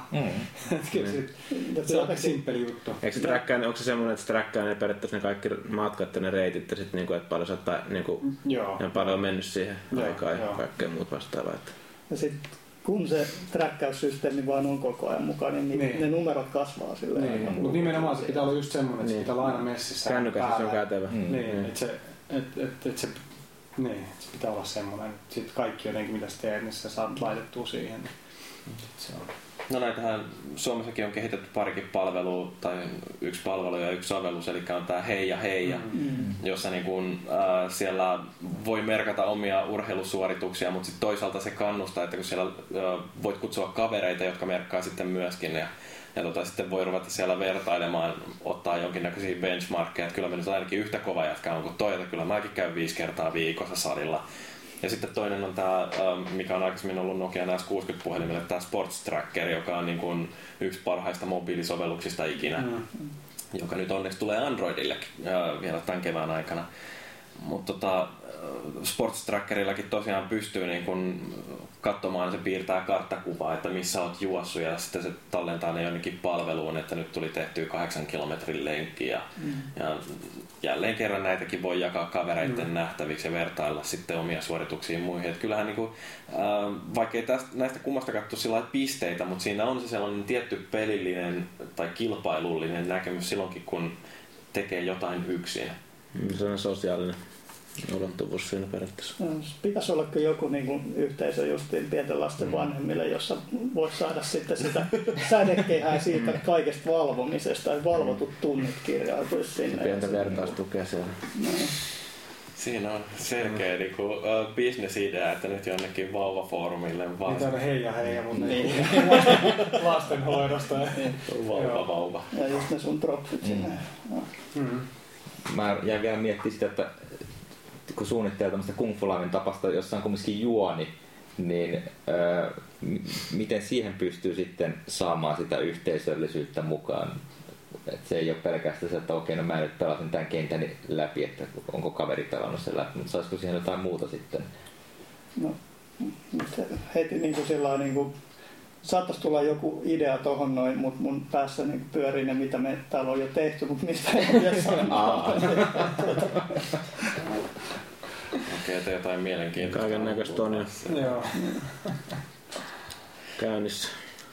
Se on aika simppeli juttu. Eikö se trackkaa, onko se semmoinen, että se trackkaa ne periaatteessa ne kaikki matkat ja ne reitit ja sitten niinku, että paljon sä oot niinku, paljon on mennyt siihen aikaan ja kaikkea muut vastaavaa. Ja sitten kun se trackkaussysteemi vaan on koko ajan mukaan, niin ne numerot kasvaa silleen. Niin. Mutta nimenomaan se pitää olla just semmoinen, että se pitää olla aina messissä. Kännykässä se on kätevä. Niin, että se pitää olla semmoinen. Sitten kaikki jotenkin mitä sä teet, niin sä saat laitettua siihen. Se on. No näitähän Suomessakin on kehitetty parikin palvelua, tai yksi palvelu ja yksi sovellus, eli on tää Heija Heija, jossa niin kun, siellä voi merkata omia urheilusuorituksia, mutta sitten toisaalta se kannustaa, että kun siellä voit kutsua kavereita, jotka merkkaa sitten myöskin, ja sitten voi ruveta siellä vertailemaan, ottaa jonkinnäköisiä benchmarkkeja, että kyllä me nyt ainakin yhtä kova jätkä on kuin toi, että kyllä mäkin käyn 5 kertaa viikossa salilla. Ja sitten toinen on tämä, mikä on aikaisemmin ollut Nokia NS60-puhelimelle, tämä Sports Tracker, joka on niin kuin yksi parhaista mobiilisovelluksista ikinä, joka nyt onneksi tulee Androidille vielä tämän kevään aikana. Mutta Sports Trackerillakin tosiaan pystyy niin kun katsomaan, se piirtää karttakuvaa, että missä olet juossut ja sitten se tallentaa ne jonnekin palveluun, että nyt tuli tehtyä 8 kilometrin lenkki ja jälleen kerran näitäkin voi jakaa kavereiden nähtäviksi ja vertailla sitten omia suorituksia muihin. Että kyllähän niinku, vaikka ei näistä kummasta katso sillä pisteitä, mutta siinä on se sellainen tietty pelillinen tai kilpailullinen näkemys silloinkin, kun tekee jotain yksin. Se on sosiaalinen ulottuvuus siinä periaatteessa. Pitäisi olla joku niin kuin yhteisö justiin pienten lasten vanhemmille, jossa voisi saada sitten sitä sädekehää siitä kaikesta valvomisesta ja valvotut tunnit kirjautuisi sinne. Pientä vertaistukea siellä. Siinä on selkeä business-idea, että nyt jonnekin vauvafoorumille vaan. Niitä on heija, mutta lastenhoidosta. Vauva. Ja just ne sun dropsit sinne. Mä jäin vielä miettimään sitä, että kun suunnittelee tämmöistä Kung Fu Liven tapasta, jossa on kumminkin juoni, niin miten siihen pystyy sitten saamaan sitä yhteisöllisyyttä mukaan? Et se ei ole pelkästään se, että okei, no mä nyt pelasin tämän kentäni läpi, että onko kaveri pelannut sen läpi, mutta saisiko siihen jotain muuta sitten? No, heti niin kuin sillain niin kuin saattaisi tulla joku idea tohon noin, mutta mun päässä niin pyörii ne, mitä me täällä on jo tehty, mutta mistä ei ole vielä sanottu. Okei, jotain mielenkiintoista. Kaiken näköistä on jo käynnissä.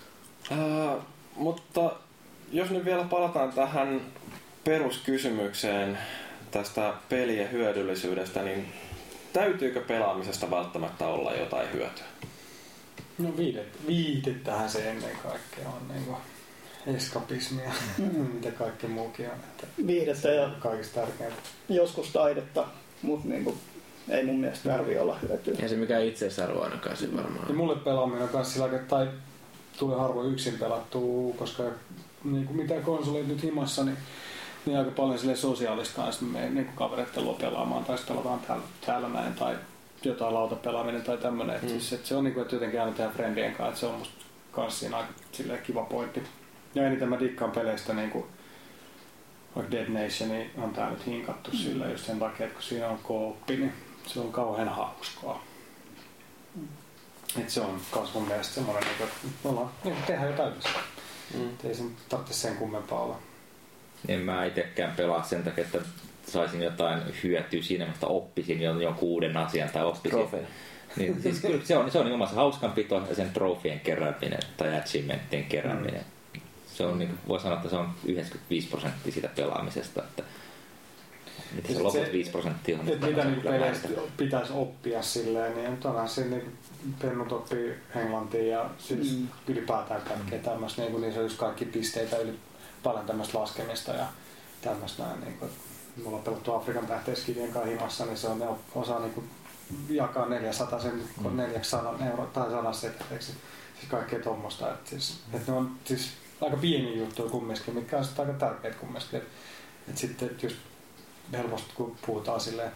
Mutta jos nyt vielä palataan tähän peruskysymykseen tästä pelien hyödyllisyydestä, niin täytyykö pelaamisesta välttämättä olla jotain hyötyä? No viihdettähän se ennen kaikkea on niin kuin eskapismia, mitä kaikki muukin on. Että viihdettä ja kaikista tärkeintä. Joskus taidetta, mutta niin kuin ei mun mielestä tarvitse olla hyötyä. Ei se mikään itseisarvo ainakaan siinä varmaan. Ja mulle pelaaminen on myös sillä tai tulee harvoin yksin pelattua, koska niin kuin mitä konsoleita nyt himassa, niin aika paljon silleen sosiaalista kanssa me niin kavereiden luo pelaamaan, tai sitten pelataan täällä näin, tai jotain lautapelaaminen tai tämmöinen. Siis, että se on niin kuin, että jotenkin aina tehdään friendien kanssa, että se on musta kans siinä aika silleen kiva pointti. Ja eniten mä dikkaan peleistä, niin kuin vaikka Dead Nation, niin on tää nyt hinkattu silleen just sen takia, että kun siinä on kooppi, niin se on kauhean hauskaa. Että se on kans mun mielestä semmoinen, että me ollaan, niin tehdään jotain yhdessä. Ei sen tarvitse sen kummempaa olla. En mä itekään pelaa sen takia, että saisin jotain hyötyä siinä, että oppisin jonkun uuden asian tai oppisin. Niin, siis kyllä se on nimenomaan se hauskanpito ja sen trofien kerääminen tai achievementtien kerääminen. Se on, niin voi sanoa, että se on 95% siitä pelaamisesta. Että Mitä se loput 5% on? Että mitä niin peleistä pitäisi oppia silleen, niin onhan se niin pennut oppii englantia ja siis ylipäätään kaikkea tämmöistä, niin se on just kaikki pisteitä, paljon tämmöistä laskemista ja tämmöistä näin. Niin kuin, mulla on pelattu Afrikan tähteiskivien kanssa himassa, niin se on osaa niin kuin jakaa 400 sen 400 € tai 100 seteiksi. Siis kaikkea tommoista. Että ne on siis aika pieniä juttuja kumminkin, mitkä on sitten aika tärkeitä kumminkin. Että sitten just helposti kun puhutaan silleen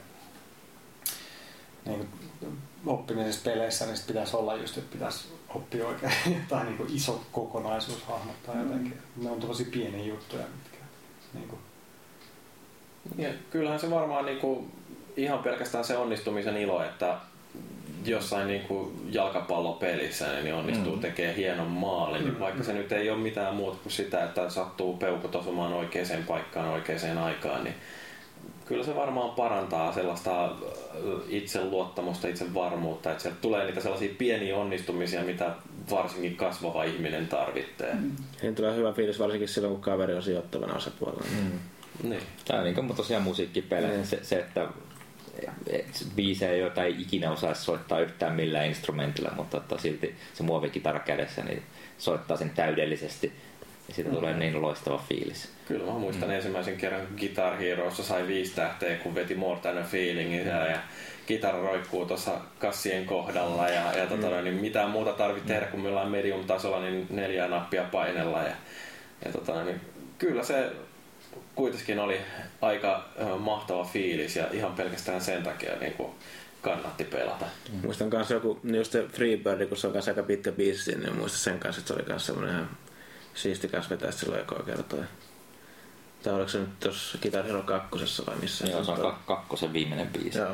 niin oppimisessa peleissä, niin pitäisi olla just, että pitäisi oppia oikein jotain niin kuin iso kokonaisuus hahmottaa jotenkin. Ne on tosi pieniä juttuja, mitkä niin kuin. Ja kyllähän se varmaan niin kuin, ihan pelkästään se onnistumisen ilo, että jossain niin kuin jalkapallopelissä niin onnistuu tekemään hienon maalin, niin vaikka se nyt ei ole mitään muuta kuin sitä, että sattuu peukut osumaan oikeaan paikkaan oikeaan aikaan, niin kyllä se varmaan parantaa sellaista itseluottamusta, itsevarmuutta, että sieltä tulee niitä sellaisia pieniä onnistumisia, mitä varsinkin kasvava ihminen tarvitsee. Siinä tulee hyvä fiilis varsinkin silloin, kun kaveri on sijoittavana osapuolella. Niin. Tämä on niin kuin tosiaan musiikkipelejä. Se, että biisejä, joita ei ikinä osaisi soittaa yhtään millään instrumentilla, mutta ottaa silti se muovikitara kädessä, niin soittaa sen täydellisesti. Ja siitä tulee niin loistava fiilis. Kyllä mä muistan ensimmäisen kerran, kun Guitar Heroissa sai 5 tähteä, kun veti More Than a Feelingin ja kitara roikkuu tuossa kassien kohdalla ja niin mitään muuta tarvitse tehdä, kun me ollaan medium-tasolla, niin 4 nappia painella. Niin kyllä se kuitenkin oli aika mahtava fiilis ja ihan pelkästään sen takia niin kuin kannatti pelata. Muistan kanssa joku, just se Freebird, kun se on kanssa aika pitkä biisi, niin muistan sen kanssa, että se oli kanssa semmoinen ihan siisti kanssa vetää silloin ekoa kertaa. Tai oliko se nyt tuossa Guitar Hero 2 vai missä? Joo, se on 2 viimeinen biisi. Joo.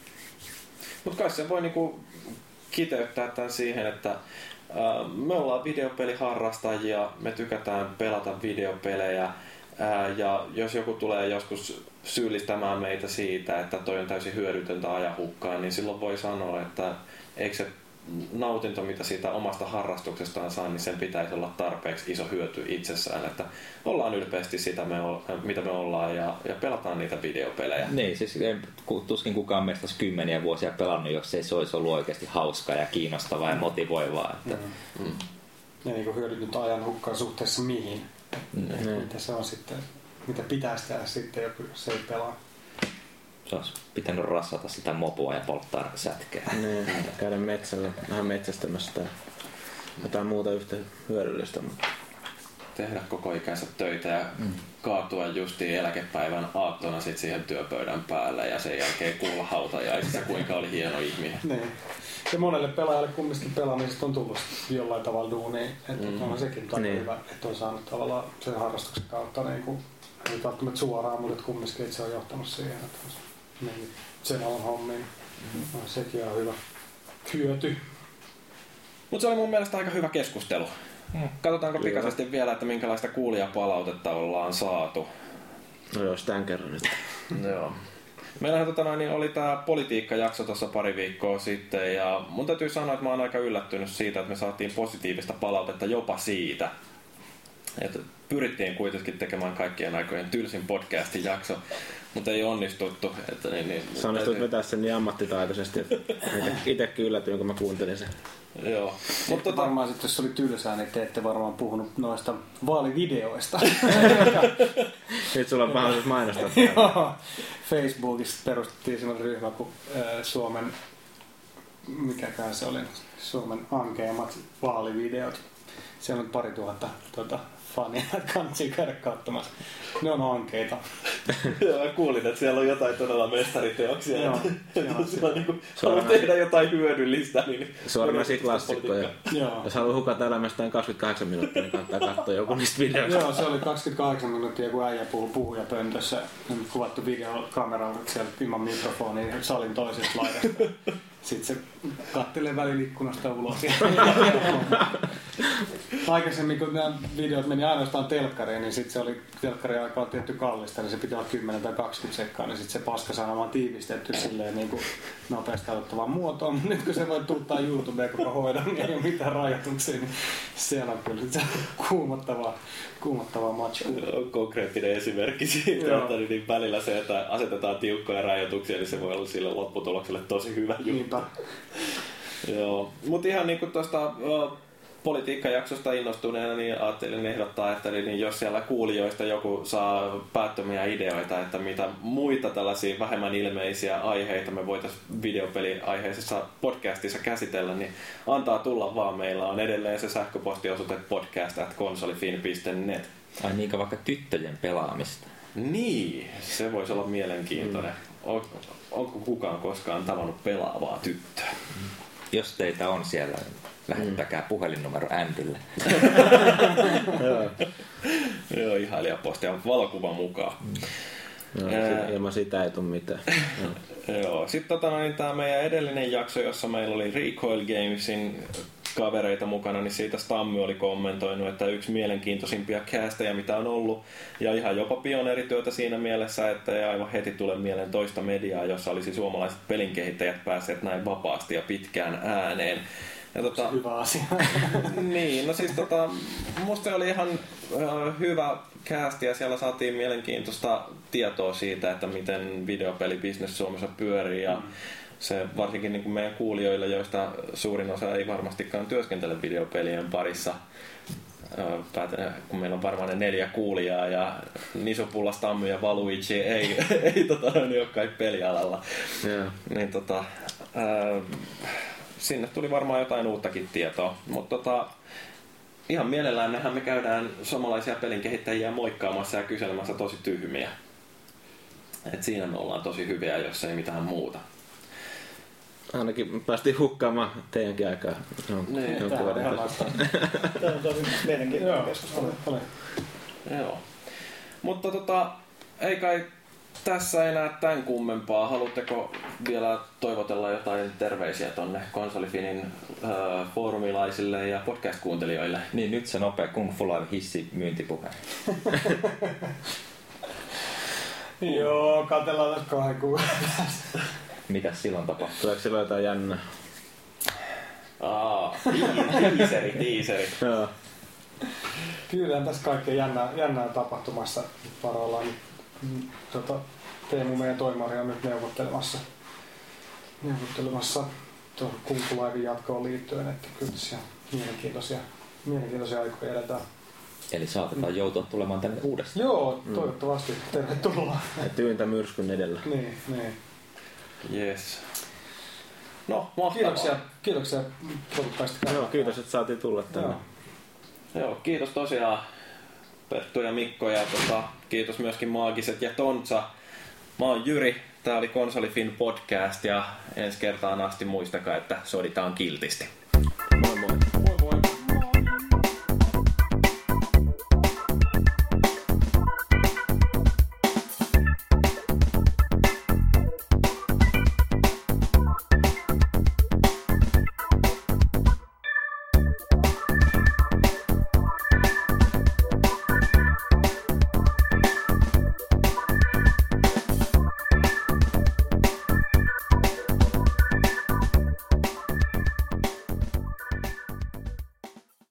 Mut kai se voi niinku kiteyttää tämän siihen, että me ollaan videopeliharrastajia, me tykätään pelata videopelejä ja jos joku tulee joskus syyllistämään meitä siitä, että toi on täysin hyödytöntä ajanhukkaa, niin silloin voi sanoa, että eikö se nautinto, mitä siitä omasta harrastuksestaan saa, niin sen pitäisi olla tarpeeksi iso hyöty itsessään, että ollaan ylpeästi sitä, mitä me ollaan ja pelataan niitä videopelejä. Niin, siis tuskin kukaan meistä olisi 10 vuosia pelannut, jos ei se olisi ollut oikeasti hauskaa ja kiinnostavaa ja motivoivaa. Että. Ja niin kuin hyödytöntä ajan hukkaa suhteessa mihin? Mitä se on sitten, mitä pitäisi tehdä sitten, jos ei pelaa? Se olisi pitänyt rassata sitä mopoa ja polttaa sätkää. Niin, käydä metsällä, vähän metsästämässä tai jotain muuta yhtä hyödyllistä. Mutta tehdä koko ikänsä töitä ja kaatua justiin eläkepäivän aattona sit siihen työpöydän päälle ja sen jälkeen kuulla hautajaisissa, kuinka oli hieno ihminen. Niin. Ja monelle pelaajalle kumminkin pelaamisesta on tullut jollain tavalla duunia. Että on sekin hyvä, että on saanut tavallaan sen harrastuksen kautta niin kuin, ei välttämättä suoraan, mutta kumminkin että se on johtanut siihen, että on mennyt sen alan hommiin. Sekin on hyvä hyöty. Mutta se oli mun mielestä aika hyvä keskustelu. Katsotaanko pikaisesti vielä, että minkälaista kuulijapalautetta ollaan saatu. No jos tämän kerran nyt. Joo. Meillähän niin oli tää politiikkajakso tuossa pari viikkoa sitten ja mun täytyy sanoa, että mä oon aika yllättynyt siitä, että me saatiin positiivista palautetta jopa siitä. Että pyrittiin kuitenkin tekemään kaikkien aikojen tylsin podcastin jakso, mutta ei onnistuttu. Sä onnistut vetää sen niin ammattitaitoisesti, että itsekin yllätyin, kun mä kuuntelin sen. Joo. Mutta varmaan sitten, jos se oli tylsää, niin te ette varmaan puhunut noista vaalivideoista. Nyt sulla on mahdollisuus mainostaa. Joo. Facebookissa perustettiin sellainen ryhmä kuin Suomen, mikäkään se oli, Suomen ankeimmat vaalivideot. Siellä on 2000 fania, kannattaa käydä katsomassa. Ne on ankeita. Joo, mä kuulin, että siellä on jotain todella mestariteoksia. Joo, haluaa tehdä jotain hyödyllistä. Niin suoranaisia klassikkoja. Jos haluaa hukata elämästään 28 minuuttia, niin kannattaa katsoa joku niistä videoista. Joo, se oli 28 minuuttia, kun äijä puhujapöntössä. Kuvattu videokameralla siellä ilman mikrofonia salin toisesta laidasta. Sitten se kattelee välillä ikkunasta ulos. aikaisemmin kun nämä videot meni ainoastaan telkkariin, niin sitten se oli telkkarin aikaa tietty kallista, niin se pitää olla 10 tai 20 sekkaa, niin sitten se paskasana vaan tiivistetty silleen niin kuin nopeasti otettavaan muotoon. Mutta nyt kun se voi tuuttaa YouTubeen koko hoidon, niin ei ole mitään rajoituksia, niin siellä on kyllä se kuumottavaa matchua. Konkreettinen esimerkki siitä, että niin välillä se, että asetetaan tiukkoja rajoituksia, niin se voi olla sille lopputulokselle tosi hyvä juttu. Niinpä. Joo, mutta ihan niin kuin tuosta politiikkajaksosta innostuneena, niin ajattelin ehdottaa, että niin jos siellä kuulijoista joku saa päättömiä ideoita, että mitä muita tällaisia vähemmän ilmeisiä aiheita me voitaisiin videopeliaiheisessa podcastissa käsitellä, niin antaa tulla vaan. Meillä on edelleen se sähköpostiosoite podcast@konsolifin.net. Ai niinkö vaikka tyttöjen pelaamista? Niin, se voisi olla mielenkiintoinen. Onko kukaan koskaan tavannut pelaavaa tyttöä? Jos teitä on siellä, lähettäkää puhelinnumero Andille. Joo, ihailijapostia valokuvan mukaan. Ilman sitä ei tule mitään. Joo, sitten tämä meidän edellinen jakso, jossa meillä oli Recoil Gamesin kavereita mukana, niin siitä Stammy oli kommentoinut, että yksi mielenkiintoisimpia casteja, mitä on ollut, ja ihan jopa pioneerityötä siinä mielessä, että ei aivan heti tule mieleen toista mediaa, jossa olisi suomalaiset pelinkehittäjät päässeet näin vapaasti ja pitkään ääneen. Ja hyvä asia. Niin, no siis musta se oli ihan hyvä cast ja siellä saatiin mielenkiintoista tietoa siitä, että miten videopelibisnes Suomessa pyörii ja se varsinkin niin kuin meidän kuulijoille, joista suurin osa ei varmastikaan työskentele videopelien parissa. Kun meillä on varmaan ne 4 kuulijaa ja Nisupulla, Stammy ja Valuigi ei ole kai pelialalla. Yeah. Niin sinne tuli varmaan jotain uuttakin tietoa, mutta ihan mielelläänhän me käydään suomalaisia pelinkehittäjiä moikkaamassa ja kyselemässä tosi tyhmiä. Et siinä me ollaan tosi hyviä, jos ei mitään muuta. Ainakin päästiin hukkaamaan teidänkin aikaa. Niin, tämä on tosi mielenkiintoinen keskustelu. Joo. Mutta ei kai tässä enää tämän kummempaa. Haluatteko vielä toivotella jotain terveisiä tonne Konsolifinin foorumilaisille ja podcast-kuuntelijoille? Niin, nyt se nopea Kung Fu Live hissi myyntipuhe. Joo, katsellaan tässä 2 kuukauden. Mitäs silloin tapahtuu? Tuleeko silloin jotain jännää? Tiiseri. Joo. Kyllä tässä kaikkea jännää tapahtumassa parhaillaan. Teemu, meidän toimari, on nyt neuvottelemassa tuohon Kung Fu Liven jatkoon liittyen, että kyllä siellä mielenkiintoisia aikoja edetään. Eli saatetaan joutua tulemaan tänne uudestaan. Joo, toivottavasti. Tervetuloa. Tyyntä myrskyn edellä. Niin. Yes. No, mahtavaa. Kiitoksia porukkaista. Joo, kiitos, että saatiin tulla tänne. Joo, kiitos tosiaan Perttu ja Mikko ja kiitos myöskin Maagiset ja Tontsa. Mä oon Jyri, tää oli Konsolifin podcast ja ensi kertaan asti muistakaa, että soditaan kiltisti.